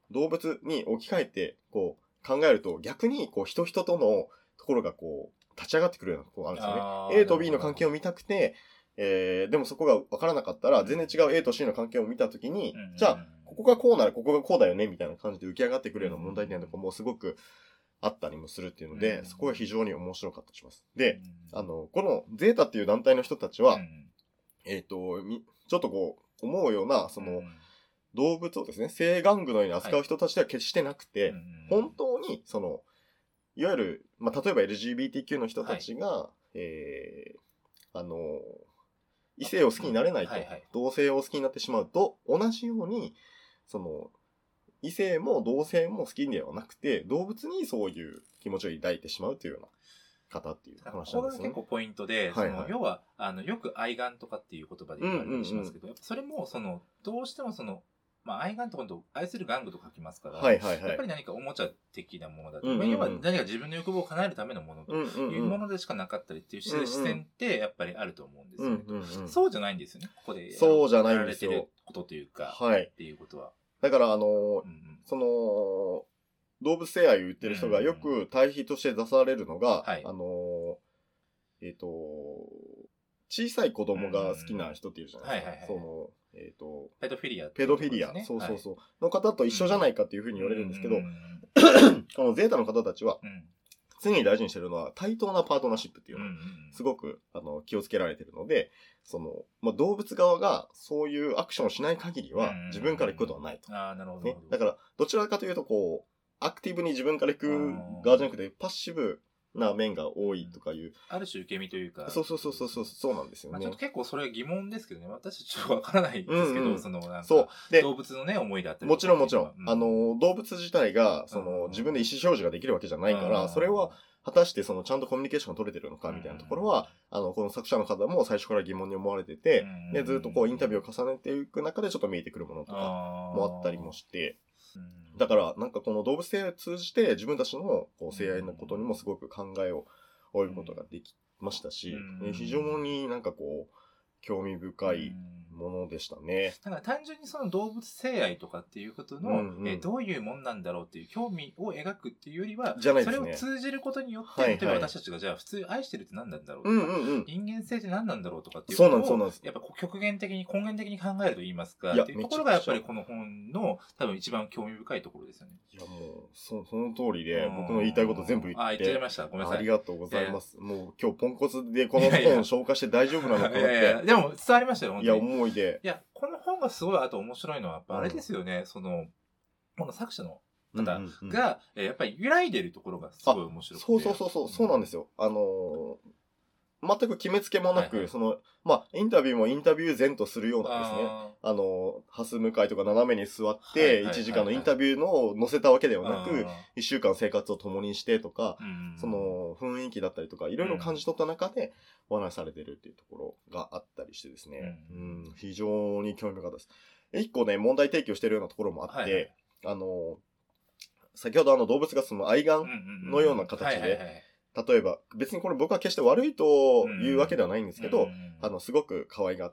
B: 動物に置き換えて、こう、考えると、逆に、こう、人人とのところが、こう、立ち上がってくるようなところがあるんですよね。A と B の関係を見たくて、えー、でもそこが分からなかったら、全然違う A と C の関係を見たときに、うん、じゃあ、ここがこうならここがこうだよね、みたいな感じで浮き上がってくるような問題点とかもすごくあったりもするっていうので、うん、そこが非常に面白かったりします。で、うん、あの、このゼータっていう団体の人たちは、うん、えっと、ちょっとこう、思うような、その、動物をですね、性玩具のように扱う人たちでは決してなくて、はい、本当に、その、いわゆる、まあ、例えば エルジービーティーキュー の人たちが、はい、えー、あの、異性を好きになれないと、はいはい、同性を好きになってしまうと、同じように、その、異性も同性も好きではなくて、動物にそういう気持ちを抱いてしまうというような方っていう話なんですね。
C: これが結構ポイントで、はいはい、その要は、あの、よく愛玩とかっていう言葉で言われたりしますけど、うんうんうん、それも、その、どうしてもその、まあ、愛玩とかと愛する玩具と書きますから、はいはいはい、やっぱり何かおもちゃ的なものだと、うんうんうん、要は何か自分の欲望を叶えるためのものというものでしかなかったりっていう視点ってやっぱりあると思うんですよね。うんうんうん、そうじゃないんですよね。ここで
B: そうじゃないんですよ。
C: やられてることというか、
B: はい、
C: っていうことは。
B: だからあのーうんうん、その、動物性愛を言ってる人がよく対比として出されるのが、うんうん、あのー、えっ、ー、と、小さい子供が好きな人っているじゃないですか。はいはいはい、そのえっ、ー、と、
C: ペドフィリア、
B: ね。ペドフィリア。そうそうそう。はい、の方と一緒じゃないかっていうふうに言われるんですけど、このゼータの方たちは、常に大事にしてるのは対等なパートナーシップっていうのをすごくあの気をつけられてるので、その、まあ、動物側がそういうアクションをしない限りは自分から行くことはないと。
C: ああ、なるほど、
B: ね。だから、どちらかというとこう、アクティブに自分から行く側じゃなくて、パッシブな面が多いとかいう。
C: ある種受け身というか。
B: そうそうそうそう、そうなんですよね。
C: まあ、ちょっと結構それは疑問ですけどね。私ちょっとわからないですけど、うんうん、そのなんか、動物のね、思いだったり
B: もちろんもちろん。うん、あの、動物自体が、その、自分で意思表示ができるわけじゃないから、それは、果たしてそのちゃんとコミュニケーションが取れてるのかみたいなところは、あの、この作者の方も最初から疑問に思われてて、で、ずっとこうインタビューを重ねていく中でちょっと見えてくるものとかもあったりもして、だからなんかこの動物性を通じて自分たちのこう性愛のことにもすごく考えを及ぶことができましたし、非常になんかこう、興味深いものでしたね。
C: だから単純にその動物性愛とかっていうことの、うんうん、えー、どういうもんなんだろうっていう興味を描くっていうよりは、
B: じゃないですね、
C: それを通じることによって、はいはい、例えば私たちがじゃあ普通愛してるって何なんだろうとか、
B: うんうんうん、
C: 人間性って何なんだろうとかっていうことを、やっぱ極限的に根源的に考えると言いますか、っていうところがやっぱりこの本の多分一番興味深いところですよね。
B: いやもう、そ, その通りで、僕の言いたいこと全部言って。
C: あ、言っちゃいました。ごめんなさい。
B: ありがとうございます。えー、もう今日ポンコツでこの本を消化して大丈夫なのかなって。いやいやいや
C: でも伝わりましたよ。
B: いや、思いで。
C: いや、この本がすごい、あと面白いのは、やっぱあれですよね、うん、その、この作者の方が、うんうんうん、やっぱり揺らいでるところがすごい面白くて。
B: そうそうそうそう、そうなんですよ。あのー、全く決めつけもなく、はいはい、その、まあ、インタビューもインタビュー前とするようなですね、あ, あの、ハス向かいとか斜めに座って、いちじかんのインタビューのを載せたわけではなく、いっしゅうかん生活を共にしてとか、その雰囲気だったりとか、いろいろ感じ取った中でお話しされてるっていうところがあったりしてですね、うん、非常に興味深かったです。一個ね、問題提起をしてるようなところもあって、はいはい、あの、先ほどあの動物がその愛玩のような形で、例えば、別にこれ僕は決して悪いというわけではないんですけど、うんうん、あの、すごく可愛がって、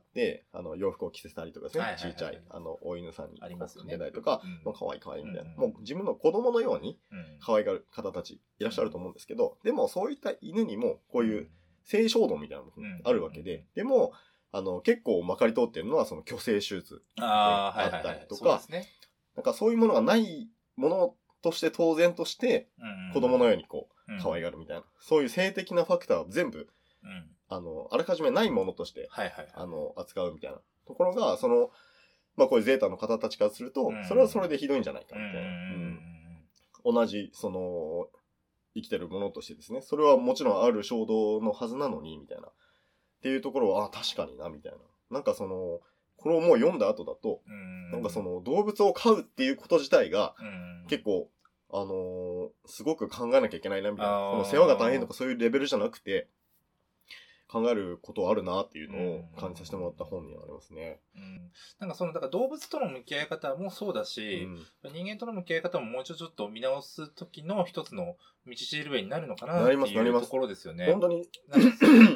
B: あの、洋服を着せたりとかですね、はいはいはい、ちいちゃい、あの、お犬さんに出たりとか、ね、もう可愛い可愛いみたいな、うん、もう自分の子供のように可愛がる方たちいらっしゃると思うんですけど、でもそういった犬にもこういう性衝動みたいなのがあるわけで、でも、あの、結構まかり通ってるのはその虚勢手術であったりとか、なんかそういうものがないものとして当然として子供のようにこう、可愛がるみたいな、うん、そういう性的なファクターを全部、うん、あの、あらかじめないものとして、はいはいはい、あの、扱うみたいなところが、その、まあこういうゼータの方たちからすると、うん、それはそれでひどいんじゃないかみたいな。うんうん、同じ、その、生きてるものとしてですね、それはもちろんある衝動のはずなのに、みたいな。っていうところは、あ、確かにな、みたいな。なんかその、これをもう読んだ後だと、うん、なんかその動物を飼うっていうこと自体が、うん、結構、あのー、すごく考えなきゃいけないなみたいな。この世話が大変とかそういうレベルじゃなくて、考えることあるなっていうのを感じさせてもらった本にはありますね。
C: うん、なんかその、だから動物との向き合い方もそうだし、うん、人間との向き合い方ももうちょっと見直す時の一つの道しるべになるのかなっていうところですよね。
B: 本当に。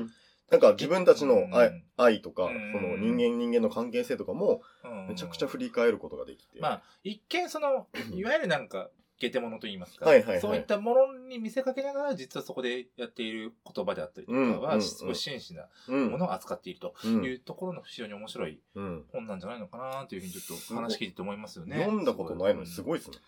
B: なんか自分たちの愛、うん、愛とか、うん、その人間人間の関係性とかも、めちゃくちゃ振り返ることができて。
C: まあ、一見その、いわゆるなんか、ゲテモノと言いますか、はいはいはい、そういったものに見せかけながら、実はそこでやっている言葉であったりとかは、うん、すごい真摯なものを扱っているというところの非常に面白い本なんじゃないのかなというふうにちょっと話聞いてて思いますよね。
B: 読んだことないのにすごいですね。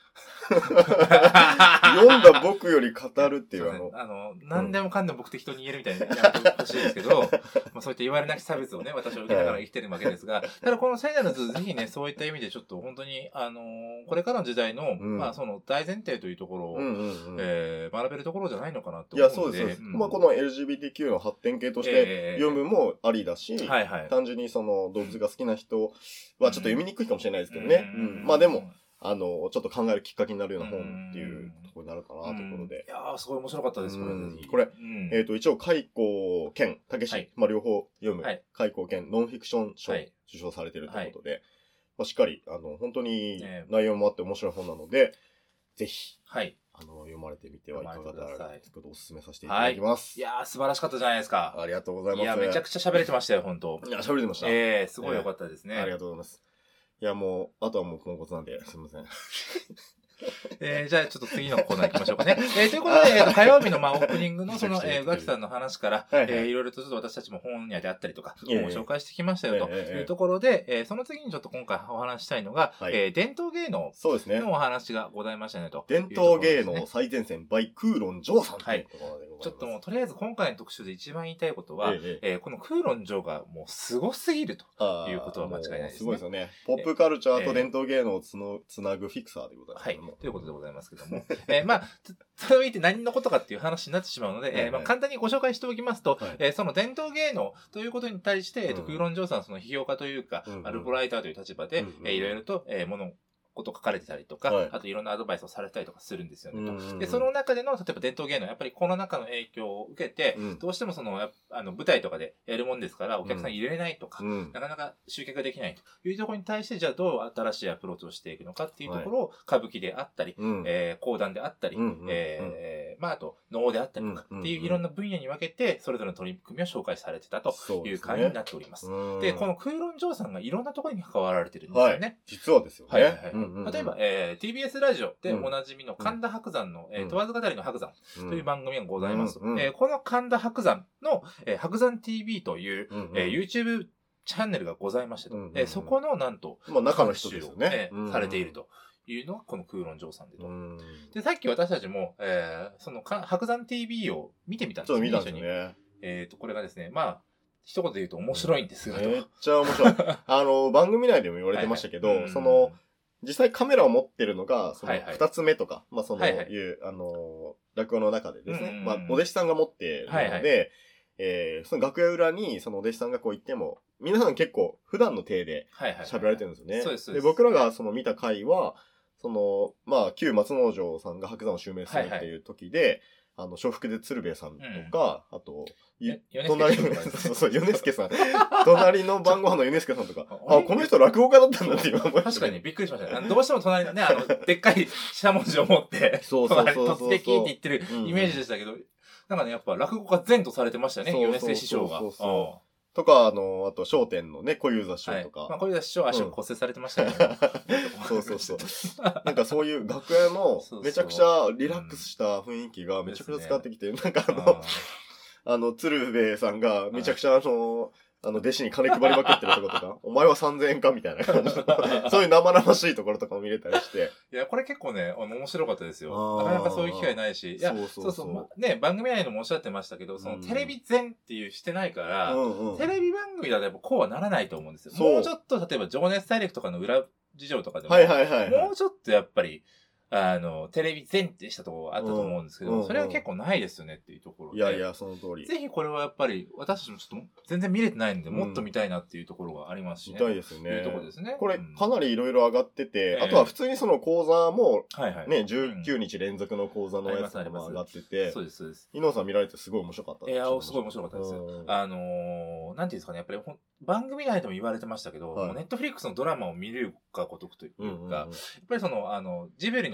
B: 読んだ僕より語るっていうあの。
C: あの、何でもかんでも僕適当に言えるみたいなやってほしいですけど、まあそういった言われなき差別をね、私は受けながら生きてるわけですが、ただこのセイナルズ、ぜひね、そういった意味でちょっと本当に、あのー、これからの時代の、うん、まあその大前提というところを、うんうんうんえー、学べるところじゃないのかなと思うので。いや、そうです。うん、まあこ
B: の エルジービーティーキュー の発展系として読むもありだし、えーはいはい、単純にその動物が好きな人はちょっと読みにくいかもしれないですけどね。うんうん、まあでも、あの、ちょっと考えるきっかけになるような本っていうところになるかなというところで。
C: いやー、すごい面白かったです、これ。
B: これ、えっと、一応、開口兼、たけし、まあ両方読む、開口兼ノンフィクション賞受賞されているということで、まあしっかり、あの、本当に内容もあって面白い本なので、ぜひ、はい。あの、読まれてみてはいかがだろうかということをお勧めさせていただきます。
C: いやー、素晴らしかったじゃないですか。
B: ありがとうございます。
C: いや、めちゃくちゃ喋れてましたよ、本当。
B: いや、喋れてました。
C: ええ、すごい良かったですね。
B: ありがとうございます。いや、もう、あとはもうポンコツなんで、すみません。
C: えー、じゃあちょっと次のコーナー行きましょうかね。えー、ということで、えー、と火曜日のまあオープニングのその、えー、宇垣さんの話から、はいはいえー、いろいろとちょっと私たちも本屋であったりとか、本を紹介してきましたよというところで、えー、その次にちょっと今回お話したいのが、はい、えー、伝統芸能のお話がございましたねと、
B: ね。伝統芸能最前線 by クーロン・ジョーさんというところでございます。
C: ちょっともうとりあえず今回の特集で一番言いたいことは、えええー、このクーロン・ジョーがもうすごすぎるということは間違いないですね。
B: すごいですよね。ポップカルチャーと伝統芸能をつのつなぐフィクサーでございます。
C: はい。ということでございますけども。えー、まあ、それを言って何のことかっていう話になってしまうので、はいはい、えー、まあ、簡単にご紹介しておきますと、はいえー、その伝統芸能ということに対して、えっと、クーロン・ジョーさんはその批評家というか、うんうん、ルポライターという立場で、うんうん、えー、いろいろと、えー、ものこと書かれてたりとか、はい、あといろんなアドバイスをされたりとかするんですよね、うんうんうん、で、その中での、例えば伝統芸能、やっぱりコロナ禍の影響を受けて、うん、どうしてもその、あの、舞台とかでやるもんですから、お客さん入れれないとか、うん、なかなか集客ができないというところに対して、じゃあどう新しいアプローチをしていくのかっていうところを、はい、歌舞伎であったり、うん、えー、講談であったり、うんうんうん、えー、まあ、あと、能であったりとか、っていういろんな分野に分けて、それぞれの取り組みを紹介されてたという感じになっております。で、ね、このクーロン・ジョーさんがいろんなところに関わられてるんですよね。はい、
B: 実はですよね。はいはいはい
C: うんうんうん、例えば、えーティービーエス ラジオでおなじみの神田伯山の、うん、えー、問わず語りの伯山という番組がございます。うんうん、えー、この神田伯山の、えー、伯山 ティービー という、うんうんえー、YouTube チャンネルがございまして、うんうんえー、そこのなんと、
B: まあ、中の人ですよね、
C: えー、されているというのがこのクーロン・ジョーさんでと。うんで、さっき私たちも、えー、その伯山 ティービー を見てみたんですね。
B: ちょっと見たんですね。
C: えっと、これがですね、まあ、一言で言うと面白いんですが、
B: うん、めっちゃ面白い。あの、番組内でも言われてましたけど、はいはい、その、実際カメラを持ってるのが、その二つ目とか、はいはい、まあその、はいはい、いう、あの、落語の中でですね、うんうんうん、まあお弟子さんが持ってるので、はいはい、えー、その楽屋裏にそのお弟子さんがこう行っても、皆さん結構普段の体で喋られてるんですよね。はいはいはい、そうです。で、僕らがその見た回は、その、まあ旧松之丞さんが白山を襲名するっていう時で、はいはいあの、笑福で鶴瓶さんとか、うん、あと、隣の、そうそう、米助さん。隣の晩ご飯の米助さんとか、あ、この人落語家だったんだって今思いました。
C: 確かにびっくりしましたね。どうしても隣のね、あの、でっかいしゃもじを持って、
B: そうそうそうそう。
C: 突撃って言ってるイメージでしたけど、うん、なんかね、やっぱ落語家前とされてましたね、米助師匠が。そうそうそう
B: とか、あの、あと、笑点のね、小遊三師匠とか。
C: はい、まあ、小遊三師匠は足を骨折されてましたけど、ね
B: うん、そうそうそう。なんかそういう楽屋の、めちゃくちゃリラックスした雰囲気がめちゃくちゃ使ってきて、うん、なんかあの、あの、鶴瓶さんがめちゃくちゃあの、あの、弟子に金配りまくってるところとか、お前はさんぜんえんかみたいな感じの、そういう生々しいところとかも見れたりして。
C: いや、これ結構ね、あの、面白かったですよ。なかなかそういう機会ないし。いや、そうそうそう。そうそうま、ね、番組内でもおっしゃってましたけど、その、テレビ前っていうしてないから、うんうん、テレビ番組だとやっぱこうはならないと思うんですよ。もうちょっと、例えば、情熱大陸とかの裏事情とかでも、
B: はいはいはい、はい、
C: もうちょっとやっぱり、あの、テレビ前ってしたところがあったと思うんですけど、うんうんうん、それは結構ないですよねっていうところで。
B: いやいや、その通り。
C: ぜひこれはやっぱり、私たちもちょっと全然見れてないんで、もっと見たいなっていうところがありますしね。
B: 見たいですよね。
C: いうところですね。
B: これ、かなりいろいろ上がってて、うん、あとは普通にその講座も、はいはい、ね、じゅうくにち連続の講座のやつとかも上がってて、
C: そうです、そうです。
B: 伊能さん見られてすごい面白かったです。
C: いや、すごい面白かったですよ。あのー、なんていうんですかね、やっぱり番組内でも言われてましたけど、ネットフリックスのドラマを見るかごとくというか、うんうんうん、やっぱりその、あの、ジブリの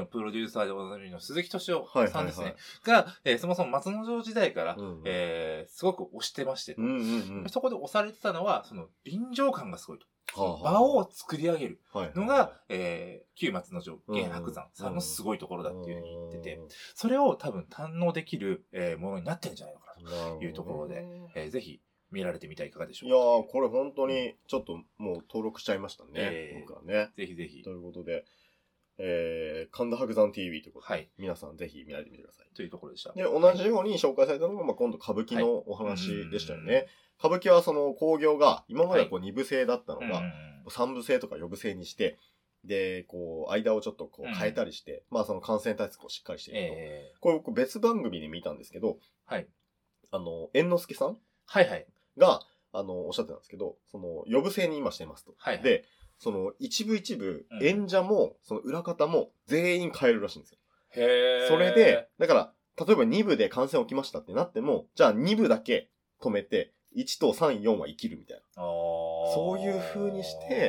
C: のプロデューサーでおなじみの鈴木敏夫さんですね。が、えー、そもそも松之丞時代から、うんうん、えー、すごく推してまして、うんうんうん、そこで推されてたのは、その臨場感がすごいと。場を作り上げるのが、えー、旧松之丞源伯山さんのすごいところだっていうふうに言ってて、それを多分堪能できる、えー、ものになってるんじゃないのかなというところで、えー、ぜひ見られてみてはいかがでしょうか。
B: いやー、これ本当にちょっともう登録しちゃいましたね。えー、僕はね。
C: ぜひぜひ。
B: ということで、えー、神田伯山 ティーブイ ということで、はい、皆さんぜひ見られてみてください。
C: というところでした。
B: で、同じように紹介されたのが、まあ、今度歌舞伎のお話でしたよね。はい、歌舞伎はその興行が、今まではこう二部制だったのが、はい、三部制とか四部制にして、で、こう、間をちょっとこう変えたりして、うん、まあその感染対策をしっかりしていると。えー、これ僕別番組で見たんですけど、はい。あの、猿之助さん
C: はいはい。
B: が、あの、おっしゃってたんですけど、その、予部制に今してますと。はい、はい。で、その、一部一部、演者も、その裏方も全員変えるらしいんですよ。へー。それで、だから、例えばに部で感染起きましたってなっても、じゃあに部だけ止めて、いちとさん、よんは生きるみたいな。あそういう風にして、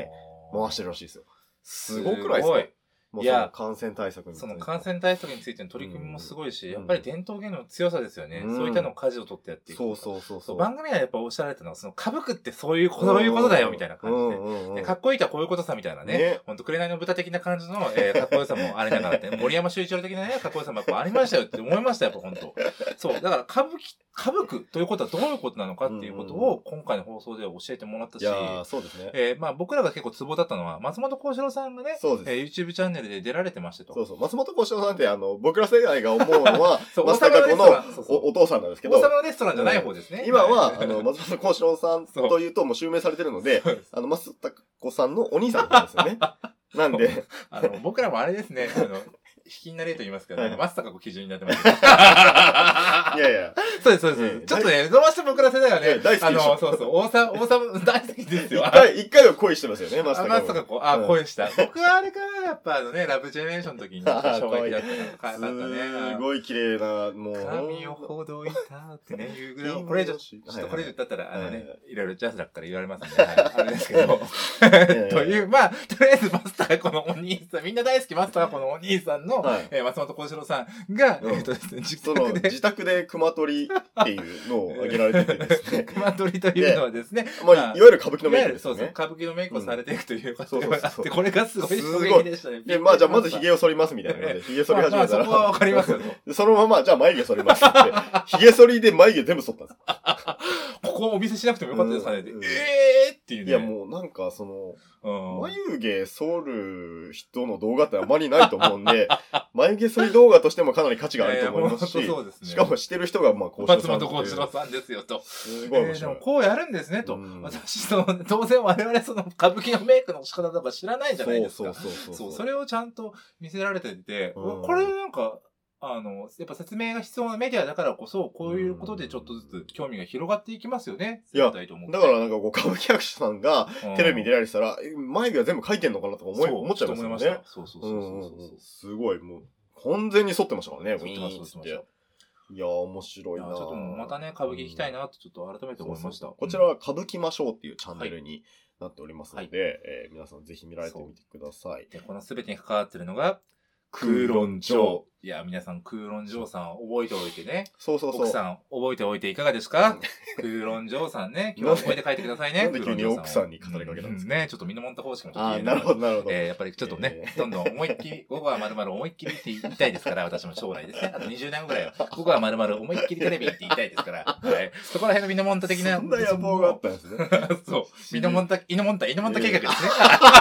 B: 回してるらしいですよ。すごくないですか？もうその感染対策について。
C: その感染対策についての取り組みもすごいし、うん、やっぱり伝統芸能の強さですよね。うん、そういったのを舵を取ってやっていく。
B: そうそうそうそう。
C: 番組はやっぱおっしゃられたのは、その歌舞伎ってそういうこと、そういうことだよみたいな感じで、うんうんうん。かっこいいとはこういうことさみたいなね。ねほんと、紅の豚的な感じの、えー、かっこよさもありながらね。森山修一郎的なね、かっこよさもやっぱありましたよって思いましたよ、やっぱほんと。そう。だから歌舞伎、歌舞伎ということはどういうことなのかっていうことを今回の放送では教えてもらったし、いや
B: ーそうですね。
C: えー、まあ僕らが結構ツボだったのは、松本幸四郎さんがね、そうです。えー、YouTube チャンネルで出られてましてと。
B: そうそう。松本幸四郎さんって、あの、僕ら世代が思うのは、松たか子の お, お父さんなんですけど。
C: 王様のレストランじゃない方ですね。
B: 今は、あの、松本幸四郎さんというともう襲名されてるので、あの、松たか子さんのお兄さんなんですよね。なんで、
C: あの、僕らもあれですね、あの、引きになれと言いますけど、松たか子基準になってます。い
B: やいや。
C: そうです、そうです。ちょっとね、どうしても僕ら世代はね、
B: 大好きです。
C: あの、そうそう、王様、王様大好きですよ。
B: 一回、一回は恋してますよね、松たか子。
C: 松たか子、あ、恋した。僕はあれかな、やっぱあのね、ラブジェネレーションの時に衝撃だったのか、かったね。
B: すごい綺麗な、もう。
C: 髪をほどいたってね、いうぐらい、これ以上、ちょっとこれ以上だったら、あのね、いろいろジャズラックから言われますんで、あれですけど。という、まあ、とりあえず松たか子のお兄さん、みんな大好き松たか子のお兄さんの、松本幸四郎さんが、えっとですね、自宅で。
B: 自宅で熊取りっていうのを挙げられててですね。
C: 熊取りというのはですね。
B: まあ、いわゆる歌舞伎のメイクですね。
C: そうそう、歌舞伎のメイクをされていくということがあって、これがすごい衝撃でしたね。
B: で、まあじゃあまず髭を剃りますみたいなので、髭剃り始めたら。
C: そこはわかりますよ。
B: そのまま、じゃあ眉毛剃りますって。髭剃りで眉毛全部剃ったんです。
C: ここをお見せしなくてもよかったですかね。えーっていうね。
B: いやもうなんかその、眉毛剃る人の動画ってあまりないと思うんで、眉毛剃り動画としてもかなり価値があると思いますし、しかもしてる人がまあ、
C: 幸四郎さん。松本幸四郎さんですよと。
B: すごい面白い。
C: でもこうやるんですねと。私、その、当然我々その歌舞伎のメイクの仕方とか知らないじゃないですか。そうそうそう。そう、それをちゃんと見せられてて、これなんか、あの、やっぱ説明が必要なメディアだからこそ、こういうことでちょっとずつ興味が広がっていきますよね。
B: いや、だからなんかこう、歌舞伎役者さんがテレビに出られてたら、眉毛は全部描いてんのかなとか思い、思っちゃいますよね。そうそうそうそう。すごい、もう、完全に剃ってましたからね、こっちの人って。いやー、面白いなー。
C: ちょっとまたね、歌舞伎行きたいなってちょっと改めて思いました。
B: こちらは歌舞伎ましょうっていうチャンネルになっておりますので、え皆さんぜひ見られてみてください。
C: で、この全てに関わってるのが、空論城。いや、皆さん空論城さん覚えておいてね。
B: そうそうそう。
C: 奥さん覚えておいていかがですか？空論城さんね。今日は覚えて書いてくださいね。
B: なんで急に奥さんに語りかけたんですか？
C: ね、ちょっとミノモンタ方式もちょっと
B: 言えない。あ、なるほど、なるほど。
C: えー、やっぱりちょっとね、どんどん思いっきり、午後はまるまる思いっきりって言いたいですから、私も将来ですね。あとにじゅうねんぐらいは、午後はまるまる思いっきりテレビって言いたいですから、はい。そこら辺のミノモンタ的な。
B: そんな野望があったんですね。
C: そう。ミノモンタ、イノモンタ、イノモンタ計画ですね。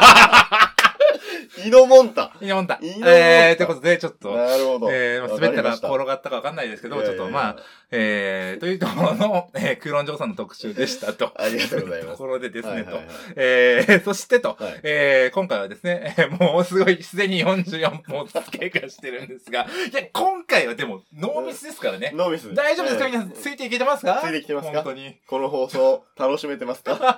B: イノモンタ。
C: イノモンタ。えー、ということで、ちょっと。
B: なるほど。
C: えー、まあ、滑ったか転がったかわかんないですけど、ちょっとまあ、えー、というところの、えー、空論城さんの特集でしたと。
B: ありがとうございます。
C: ところでですね、と。えー、そしてと、えー、今回はですね、もうすごい、すでによんじゅうよんぷんを経過してるんですが、いや、今回はでも、ノーミスですからね。
B: ノーミス。
C: 大丈夫ですか皆さん、ついていけてますか？
B: ついていけてますか？
C: 本当に。
B: この放送、楽しめてますか？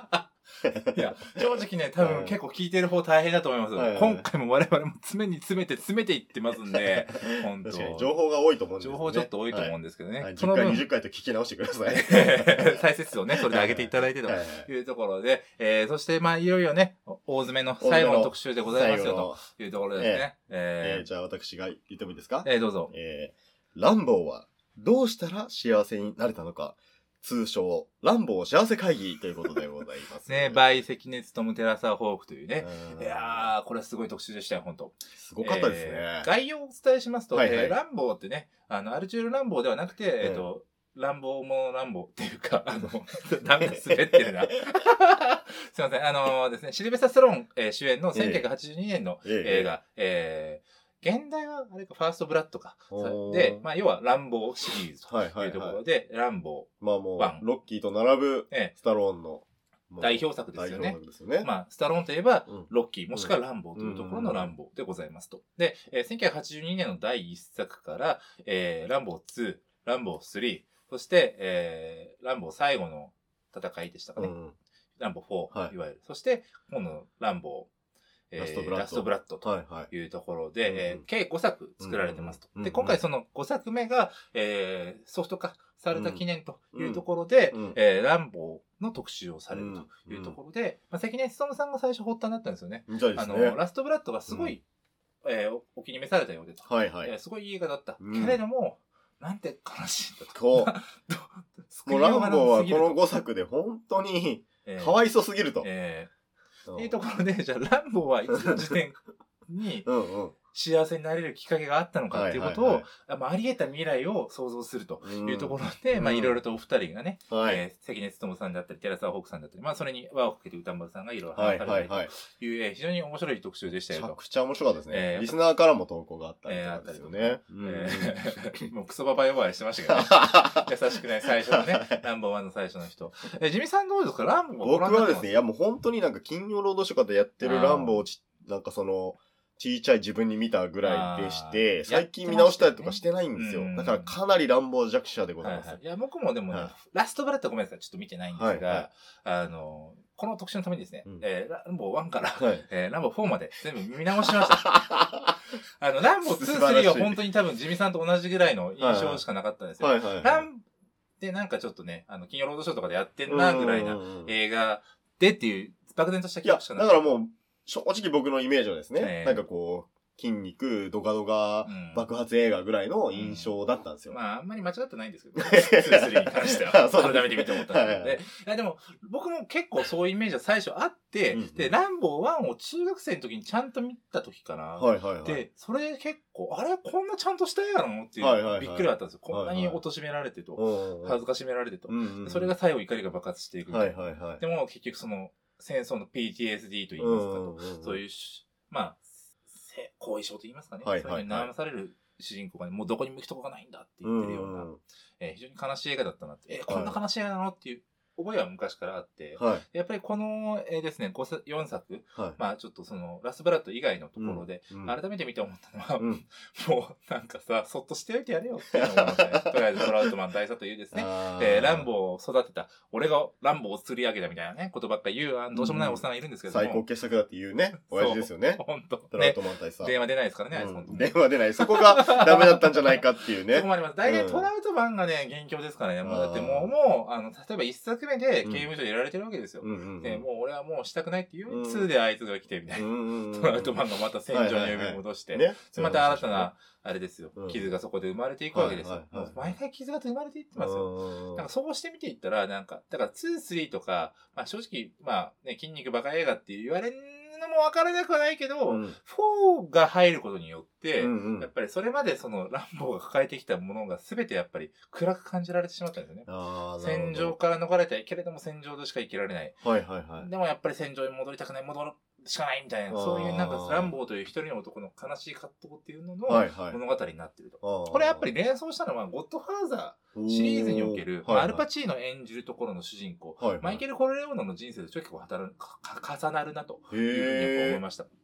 C: いや、正直ね、多分結構聞いてる方大変だと思います。はいはいはい、今回も我々も詰めに詰めて詰めていってますんで、本当。
B: 確かに情報が多いと思うんですね。
C: 情報ちょっと多いと思うんですけどね。
B: はい、じゅっかい、にじゅっかいと聞き直してください。
C: 再生数をね、それで上げていただいてというところで、えー、そしてまあいよいよね、大詰めの最後の特集でございますよというところですね。
B: えーえー、じゃあ私が言ってもいいですか？
C: えー、どうぞ。
B: えー、ランボーはどうしたら幸せになれたのか。通称、ランボー幸せ会議ということでございます。
C: ね、バイ関根勤テラサーホークというね。いやー、これはすごい特集でしたよ、本当
B: すごかったですね。
C: えー、概要をお伝えしますと、はいはい、えー、ランボーってね、あの、アルチュールランボーではなくて、うん、えっ、ー、と、ランボーもランボーっていうか、あの、ダメだ、滑ってるな。すいません、あのー、ですね、シルベスター・スタローン、えー、主演のせんきゅうひゃくはちじゅうにねんの映画、えー、えー現代は、あれか、ファーストブラッドか。で、まあ、要は、ランボーシリーズというところで、はいはいはい、ランボー。
B: まあもう、ロッキーと並ぶ、スタローンの、
C: 代表作ですよね。代表作ですよね。まあ、スタローンといえば、ロッキー、もしくはランボーというところのランボーでございますと。で、えー、せんきゅうひゃくはちじゅうにねんのだいいっさくから、えー、ランボーツー、ランボースリー、そして、えー、ランボー最後の戦いでしたかね。うん、ランボーフォー、はい、いわゆる。そして、今度のランボー、えー、ラストブラッド。ラストブラッドというところで、はいはい、えー、計ごさく作られてますと。うんうん、で、今回そのごさくめが、えー、ソフト化された記念というところで、うんうん、えー、ランボーの特集をされるというところで、うんうん、まあ、関根勤さんが最初発端だったんですよね。
B: ですね。
C: あの、ラストブラッドがすごい、うん、えー、お気に召されたようでと。
B: はいはい。
C: えー、すごいいい映画だった。うん、けれども、なんて悲しいんだと。
B: こう。もうランボーはこのごさくで本当に、かわいそすぎると。
C: えーえーっていうところで、じゃあ、ランボーはいつの時点に幸せになれるきっかけがあったのかっていうことを、はいはいはい、まあ、あり得た未来を想像するというところで、うん、まあ、いろいろとお二人がね、はい、えー、関根勤さんだったり、テラサーホークさんだったり、まあ、それに輪をかけて歌丸さんがいろいろ話されたりという、はいはいはい、非常に面白い特集でしたよと。
B: めちゃくちゃ面白かったですね。えー、リスナーからも投稿があったりとかですよね。え
C: ー、もうクソババ呼ばわりしてましたけどね。優しくない最初のね、ランボーワンの最初の人。えー、ジミさんどうですか？ランボー
B: 僕はですね、いやもう本当になんか金曜ロードショーとかでやってるランボーをち、なんかその、ちいちゃい自分に見たぐらいでして、最近見直したりとかしてないんですよ。ね、だからかなり乱暴弱者でございます。はいはい、
C: いや、僕もでもね、はい、ラストブラッドごめんなさい、ちょっと見てないんですが、はいはい、あの、この特集のためにですね、うん、えー、ランボーワンから、はい、えー、ランボーフォーまで全部見直しました。あの、ランボーツー、スリーは本当に多分ジミさんと同じぐらいの印象しかなかったんですよ。はいはいはい、ランでなんかちょっとね、あの、金曜ロードショーとかでやってんなぐらいな映画でっていう、漠然とした記憶しかな
B: かった。だからもう、正直僕のイメージはですね、えー、なんかこう、筋肉、ドカドカ、爆発映画ぐらいの印象だったんですよ。
C: うんうん、まあ、あんまり間違ってないんですけど、ツー、スリーに関しては。改めて見て思ったんですけど、ね。いやでも、僕も結構そういうイメージは最初あって、うんうん、で、ランボーワンを中学生の時にちゃんと見た時かな。はいはいはい、で、それ結構、あれこんなちゃんとした映画なのっていう、はいはいはい、びっくりだったんですよ。こんなに貶められてと、はいはい、恥ずかしめられてと、うんうん。それが最後怒りが爆発していく、はいはいはい。でも結局その、戦争の ピーティーエスディー と言いますかと、うんうんうん、そういう、まあ、後遺症と言いますかね。はいはいはい、そういう悩まされる主人公が、ね、もうどこにも行くとこがないんだって言ってるような、うんうん、えー、非常に悲しい映画だったなって、えー、こんな悲しい映画なのっていう覚えは昔からあって、はい、やっぱりこの、えー、ですね、よんさく、はい、まあちょっとその、ラストブラッド以外のところで、うん、改めて見て思ったのは、うん、もうなんかさ、そっとしておいてやれよって思いましたね。とりあえずトラウトマン大佐というですね、えー、ランボーを育てた、俺がランボーを釣り上げたみたいなね、ことばっか言う、どうしようもないおっさんがいるんですけども、
B: うん、最高傑作だって言うね、親父ですよね。
C: 本当。
B: トラウトマン大佐。
C: ね、電話出ないですからね、あいつ
B: 本当に。電話出ない。そこがダメだったんじゃないかっていうね。
C: そこもあります。大体トラウトマンがね、元凶ですからね。もうだってもう、もう、あの、例えば一作目で刑務所でやられてるわけですよ。うんうんうん、で、もう俺はもうしたくないっていうに、ツーであいつが来てみたいな。うんうん、トラウトマンがまた戦場に呼び戻して、はいはいはいね、また新たな、あれですよ、うん、傷がそこで生まれていくわけですよ。はいはいはい、毎回傷が生まれていってますよ。なんかそうして見ていったら、なんか、だからツー、スリーとか、まあ正直、まあね、筋肉バカ映画って言われるのも分からなくはないけど、うん、フォーが入ることによって、うんうん、やっぱりそれまでそのランボーが抱えてきたものが全てやっぱり暗く感じられてしまったんですよね。戦場から逃れたいけれども戦場でしか生きられない。はいはいはい、でもやっぱり戦場に戻りたくない、戻るしかないみたいな、そういうなんかランボーという一人の男の悲しい葛藤っていうのの物語になっていると。はいはい、これやっぱり連想したのはゴッドファーザーシリーズにおける、まあ、アルパチーノ演じるところの主人公、はいはい、マイケル・コルレオーノの人生と結構重なるなというふうに思いました。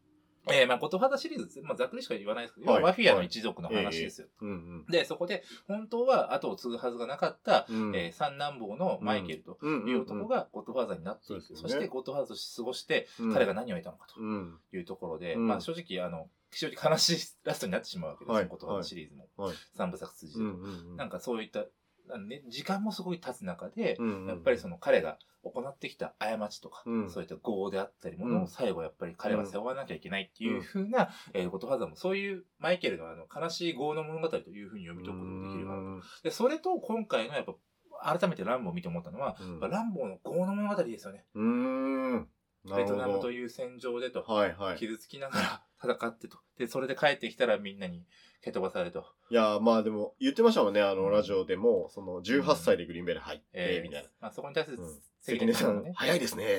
C: えー、まあ、ゴッドファーザーシリーズ、まあ、ざっくりしか言わないですけど、はい、マフィアの一族の話ですよ。はい、うんうん、で、そこで、本当は後を継ぐはずがなかった、うん、えー、三男坊のマイケルという男がゴッドファーザーになっていく。うんうんうん、そして、ゴッドファーザーとして過ごして、うん、彼が何を得たのかというところで、うん、まあ、正直、あの、非常に悲しいラストになってしまうわけですよ、はい、ゴッドファーザーシリーズも。はい、三部作通じてと、うんうんうん。なんかそういった、ね、時間もすごい経つ中で、うんうんうん、やっぱりその彼が行ってきた過ちとか、うん、そういった業であったりものを最後やっぱり彼は背負わなきゃいけないっていう風な、うん、えー、ゴッドファーザーもそういうマイケルのあの悲しい業の物語という風に読み解くことができるかなと。で、それと今回のやっぱ改めてランボーを見て思ったのは、うん、ランボーの業の物語ですよね。うーん、ベトナムという戦場でと、はいはい、傷つきながら戦ってと。で、それで帰ってきたらみんなに蹴飛ばされと。
B: いやー、まあでも、言ってましたもんね、あの、ラジオでも、その、じゅうはっさいでグリーンベル入って、えー、みたいな。
C: まあそこに対する、
B: 関根さん、早いですね。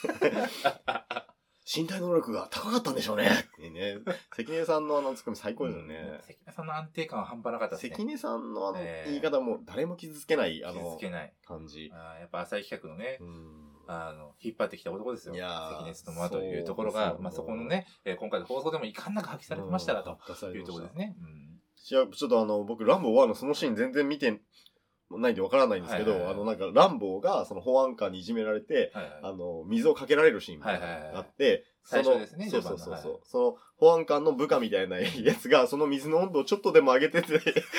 B: 身体能力が高かったんでしょうね。ね、関根さんのあのツッコミ最高ですよね、
C: うん。関根さんの安定感は半端なかったですね。
B: 関根さんのあの言い方も誰も傷つけない、あの、
C: 傷つけない
B: 感じ。
C: あやっぱ浅井企画のね、うん、あの、引っ張ってきた男ですよ。関根勤というところが、まあそこのね、えー、今回の放送でも遺憾なく発揮されてましたらというところですね。うん、
B: ちょっとあの、僕、ランボーワンのそのシーン全然見て、ないんでわからないんですけど、はいはいはい、あのなんかランボーがその保安官にいじめられて、はいはい、あの水をかけられるシーンがあって、はいはいはい、
C: 最初ですね。
B: そうそうそうそう、はい、その保安官の部下みたいなやつがその水の温度をちょっとでも上げてて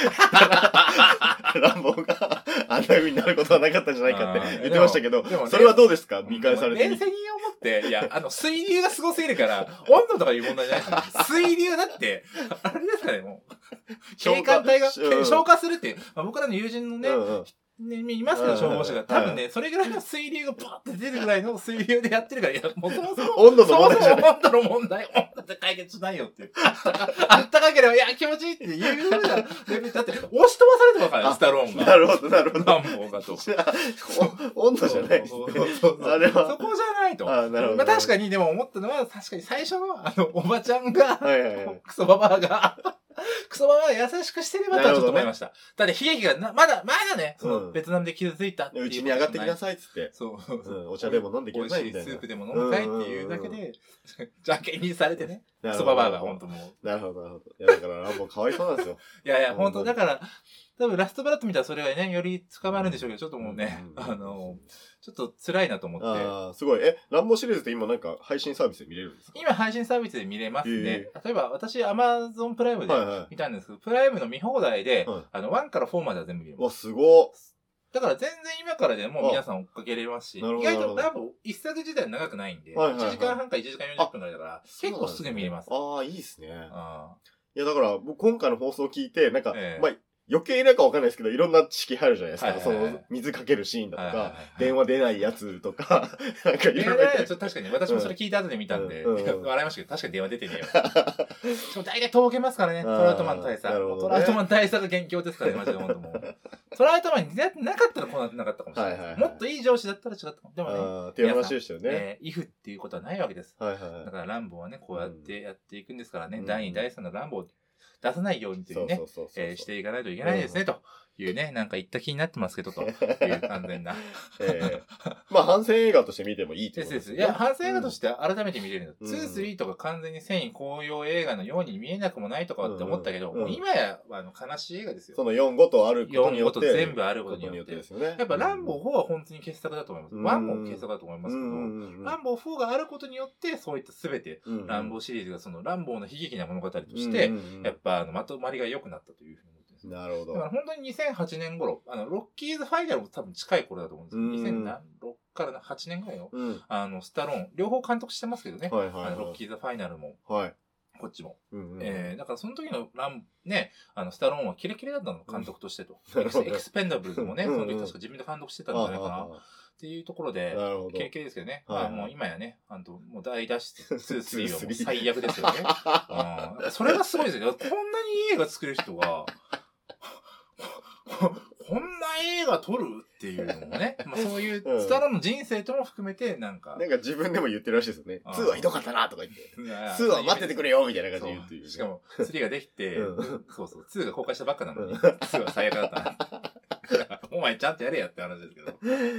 B: ランボーがあんな風になることはなかったんじゃないかって言ってましたけど、ね、それはどうですか？見返されて。
C: 冷静に思って、いや、あの水流がすごすぎるから温度とかいう問題じゃないですよ。水流だってあれですかね、もう警官隊が消化するっていう、まあ、僕らの友人のね。うんうんね、いますけど、消防士が。多分ね、それぐらいの水流がバーって出るぐらいの水流でやってるから、いや、もうそもそも、
B: 温度の問題じゃない。
C: そもそも温度の問題、温度で解決しないよっていう。あったかければ、いや、気持ちいいって言うじゃん。だって、押し飛ばされてるからね、スタローンが。
B: なるほど、なるほど。
C: ランボーがと。
B: 温度じゃないですね。あれは。
C: そこじゃないと。あなるほど。まあ確かに、でも思ったのは、確かに最初の、あの、おばちゃんが、はいはいはい、クソババアが、クソババア優しくしてればとはちょっと思いました。ね、だって悲劇がな、まだ、まだね、その、ベトナムで傷ついたっていう。
B: うちに上がってきなさいっつって。
C: そう。
B: うん、お茶でも飲んできなさいみたいな。
C: 美味しいスープでも飲みたいっていうだけで、邪険にされてね。クソババアが本当もう。
B: なるほど、なるほど。いや、だからランボーかわいそうなんですよ。
C: いやいや、本当だから、多分ラストブラッド見たらそれがね、より捕まるんでしょうけど、ちょっともうね、あの、ちょっと辛いなと思って。
B: ああ、すごい。え、ランボーシリーズって今なんか配信サービスで見れるんですか？
C: 今配信サービスで見れますね。例えば私、アマゾンプライムで見たんですけど、はいはい、プライムの見放題で、はい、あの、ワンからフォーまでは全部見れます。
B: わ、すごっ。
C: だから全然今からでも皆さん追っかけれますし、意外とランボー一作自体長くないんで、はいはいはい、いちじかんはんかいちじかんよんじゅっぷんぐらいだから、結構すぐ見れます。
B: ああ、いいですね。あいや、だから、僕今回の放送を聞いて、なんか、えー、まあ、余計なんかわかんないですけど、いろんな知識入るじゃないですか。はいはいはい、その、水かけるシーンだとか、はいはいはい、電話出ないやつとか、なんかいろいろ。
C: 確かに、私もそれ聞いた後で見たんで、うんうん、笑いましたけど、確かに電話出てねえよ。しかも大概とぼけますからね、トラウトマン大佐。ね、トラウトマン大佐が元凶ですからね、マジで本当もう。トラウトマンに出会ってなかったらこうなってなかったかもしれない。はいはいはい、もっといい上司だったら違ったかも。でもね、
B: っていう話でしたよね。
C: えー、イフっていうことはないわけです。はいはいはい、だからランボーはね、こうやってやっていくんですからね、うん、だいに、だいさんのランボー出さないようにというね、していかないといけないですね、うん、というね、なんか言った気になってますけど、という完全な。
B: えー、まあ、反戦映画として見てもいいってことですね。
C: ですです。いや、反戦映画として改めて見れるんだ。うん、に、さんとか完全に戦意高揚映画のように見えなくもないとかって思ったけど、うんうん、もう今や、あの、悲しい映画ですよ。
B: そのよん、ごとあることによって。
C: よん、ごと全部あることによって。ですよね、やっぱ、ランボーフォーは本当に傑作だと思います。うん、ワンも傑作だと思いますけど、うん、ランボーフォーがあることによって、そういった全て、うん、ランボーシリーズがその、ランボーの悲劇な物語として、うん、やっぱ、あの、まとまりが良くなったというふうに思ってます。
B: なるほど。
C: だから本当ににせんはちねん頃、あの、ロッキーズファイナルも多分近い頃だと思うんですけど、にせんろくからはちねんぐらいの、うん、あの、スタローン、両方監督してますけどね、はいはいはい、あのロッキーズファイナルも、はい、こっちも。うんうん、えー、だからその時のラン、ね、あの、スタローンはキレキレだったの、監督としてと。うん、エクス、エクスペンダブルズもね、その時確か自分で監督してたんじゃないかな。っていうところで、キレキレですけどね。はい、まあもう今やね、あの、もう大脱出に、さんはもう最悪ですよね。うん、それがすごいですよ。こんなにいい映画作れる人が、こんな映画撮るっていうのもね、まあそういう、スタローンの人生とも含めて、なんか。
B: なんか自分でも言ってるらしいですよね。にはひどかったなとか言って。には待っててくれよみたいな感じで言うっていう、ね。
C: しかも、さんができて、うん、そうそう、にが公開したばっかなのに、には最悪だったな。お前ちゃんとやれやって話ですけど。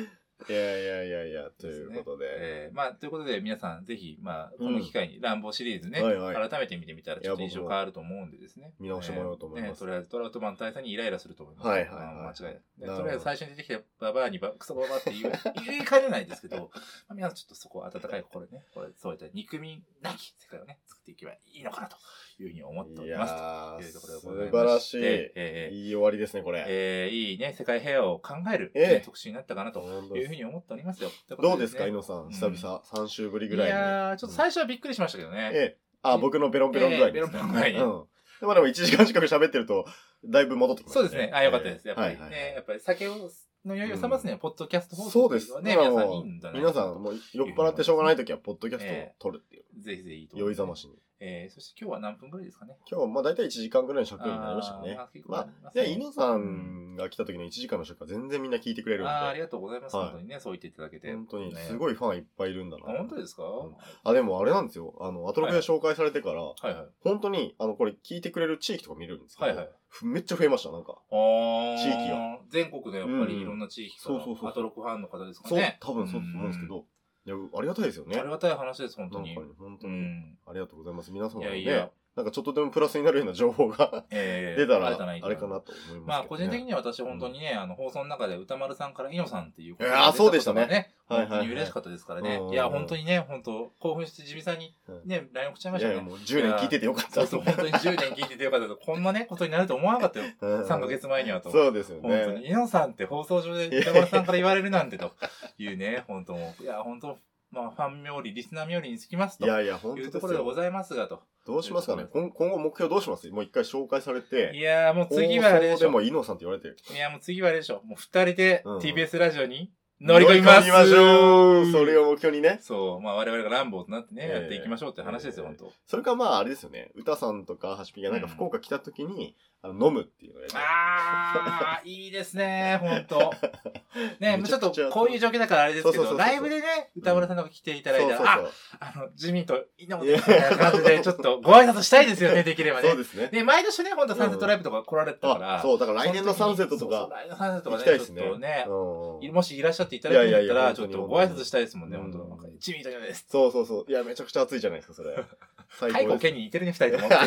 B: いやいやいやいや、ということで。でね、
C: えー、まあ、ということで、皆さん、ぜひ、まあ、この機会に、乱暴シリーズね、はいはい、改めて見てみたら、ちょっと印象変わると思うんでですね。
B: 見直してもらおうと思います。えーね、
C: とりあえず、トラウトマン大佐にイライラすると思います。
B: はいはい、はい。
C: 間違いない。とりあえず、最初に出てきたババアにクソババアって言う、言いかねないですけど、まあ、皆さん、ちょっとそこ、温かい心でね、これ、そういった憎みなき世界をね、作っていけばいいのかなというふうに思っております。というところでございまして。
B: 素晴らしい。えー、いい終わりですね、これ。
C: えー、いいね、世界平和を考える、ね、えー、特集になったかなというふうに思っておりますよ。
B: でどうですか、猪野さん。久々、さん週ぶりぐらいに。
C: いやー、ちょっと最初はびっくりしましたけどね。
B: ええ。あ、僕のベロンベロンぐらいに。
C: ベロンベロンぐらいに。
B: うん。でもでもいちじかん近く喋ってると、だいぶ戻ってきます
C: ね。そうですね。あ、よかったです。やっぱりね、やっぱり酒を、の酔いを覚ますには、ポッドキャスト放送っていうのはね、皆さんいいんだね。
B: 皆さん、もう酔っ払ってしょうがないときは、ポッドキャストを撮るっていう。
C: ぜひぜひ。
B: 酔い覚ましに。
C: えー、そして今日は何分ぐらいですかね。
B: 今日はまあ大体いちじかんぐらいの尺になりましたね。まあ、で、猪野さんが来た時のいちじかんの尺は全然みんな聞いてくれるんで。
C: ああ、ありがとうございます。本当にね、そう言っていただけて。
B: 本当に、すごいファンいっぱいいるんだな。
C: 本当ですか？
B: あ、でもあれなんですよ。あの、アトロクで紹介されてから、はいはい。本当に、あの、これ聞いてくれる地域とか見れるんですけど、はいはい。めっちゃ増えました、なんか。地域が。
C: 全国でやっぱりいろんな地域から、アトロクファンの方ですかね。
B: そう、多分そうと思うんですけど。いや、ありがたいですよね。
C: ありがたい話です、本当に。
B: 本当に。ありがとうございます。皆様のね、なんかちょっとでもプラスになるような情報が出たら、あれかなと思います。
C: まあ、個人的には私本当にね、あの、放送の中で歌丸さんから猪野さんっていう
B: ことが出たことが
C: ね、本当に嬉しかったですからね。いや、本当にね、本当興奮して地味さんにね、ライン 送っちゃいましたね。いや、
B: もうじゅうねん聞いててよかった。
C: そうそう、本当にじゅうねん聞いててよかったと。こんなね、ことになると思わなかったよ。さんかげつまえにはと。
B: そうですよね。
C: 本当に。猪野さんって放送上で歌丸さんから言われるなんてというね、本当もう。いや、本当まあ、ファン冥利、リスナー冥利につきますと。いやいや、本当ですよ。いうところでございますがと。
B: どうしますかね今後目標どうしますもう一回紹介されて。
C: いやーもう次はあれでしょ。
B: でも猪野さんって言われてる。
C: いやもう次はあれでしょ。もう二人で ティービーエス ラジオに乗り込みます。乗り込みま
B: しょう。それを目標にね。
C: そう。まあ我々が乱暴となってね、やっていきましょうって話ですよ、本当。
B: それかまああれですよね。歌さんとかハシピがなんか福岡来た時に、あの飲むっていうのをやる。
C: あー、いいですね、ほんと。ね、ちょっとこういう状況だからあれですけど、ライブでね、歌村さんとか来ていただいたら、あ、あの、ジミーと猪野みたいな感じで、ちょっとご挨拶したいですよね、できればね。
B: そうですね。
C: で、毎年ね、ほんとサンセットライブとか来られてたから。
B: そう、だから来年のサンセットとか。
C: 来年のサンセットとかね、ちょっとね、もしいらっしゃっていただけるんだったら、ちょっとご挨拶したいですもんね、ほんと。ジミーと猪野です。
B: そうそうそう。いや、めちゃくちゃ暑いじゃないですか、それ。
C: 太鼓剣に似てるね、二人とも。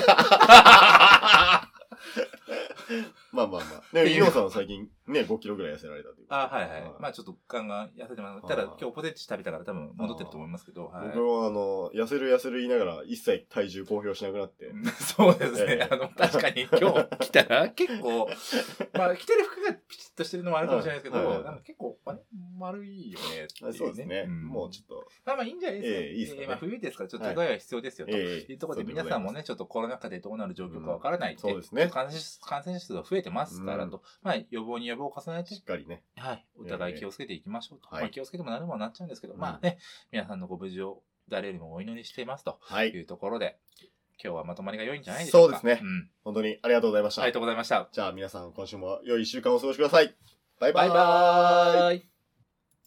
B: まあまあまあ。ね、猪野さんは最近ね、ごキロぐらい痩せられたという。
C: あはいはい。まあちょっとガンガン痩せてます。ただ今日ポテチ食べたから多分戻ってると思いますけど。
B: 僕はあの、痩せる痩せる言いながら一切体重公表しなくなって。
C: そうですね。あの、確かに今日来たら結構、まあ着てる服がピチッとしてるのもあるかもしれないですけど、なんか結構、あれ丸いよね。
B: そうですね。もうちょっと。
C: まあまあいいんじゃないですか。ええ、いいですね。まあ冬ですからちょっと具合は必要ですよと。いうところで皆さんもね、ちょっとコロナ禍でどうなる状況かわからない。
B: そうですね。
C: 感染者数が増えてますからと。まあ予防に予防を重ねて。
B: しっかりね。
C: はい。お互い気をつけていきましょうと。まあ気をつけても何でもなっちゃうんですけど、まあね、皆さんのご無事を誰よりもお祈りしていますというところで、今日はまとまりが良いんじゃないでしょうか。
B: そうですね。本当にありがとうございました。
C: ありがとうございました。
B: じゃあ皆さん今週も良い一週間をお過ごしください。バイバイ。
C: バイバーイ。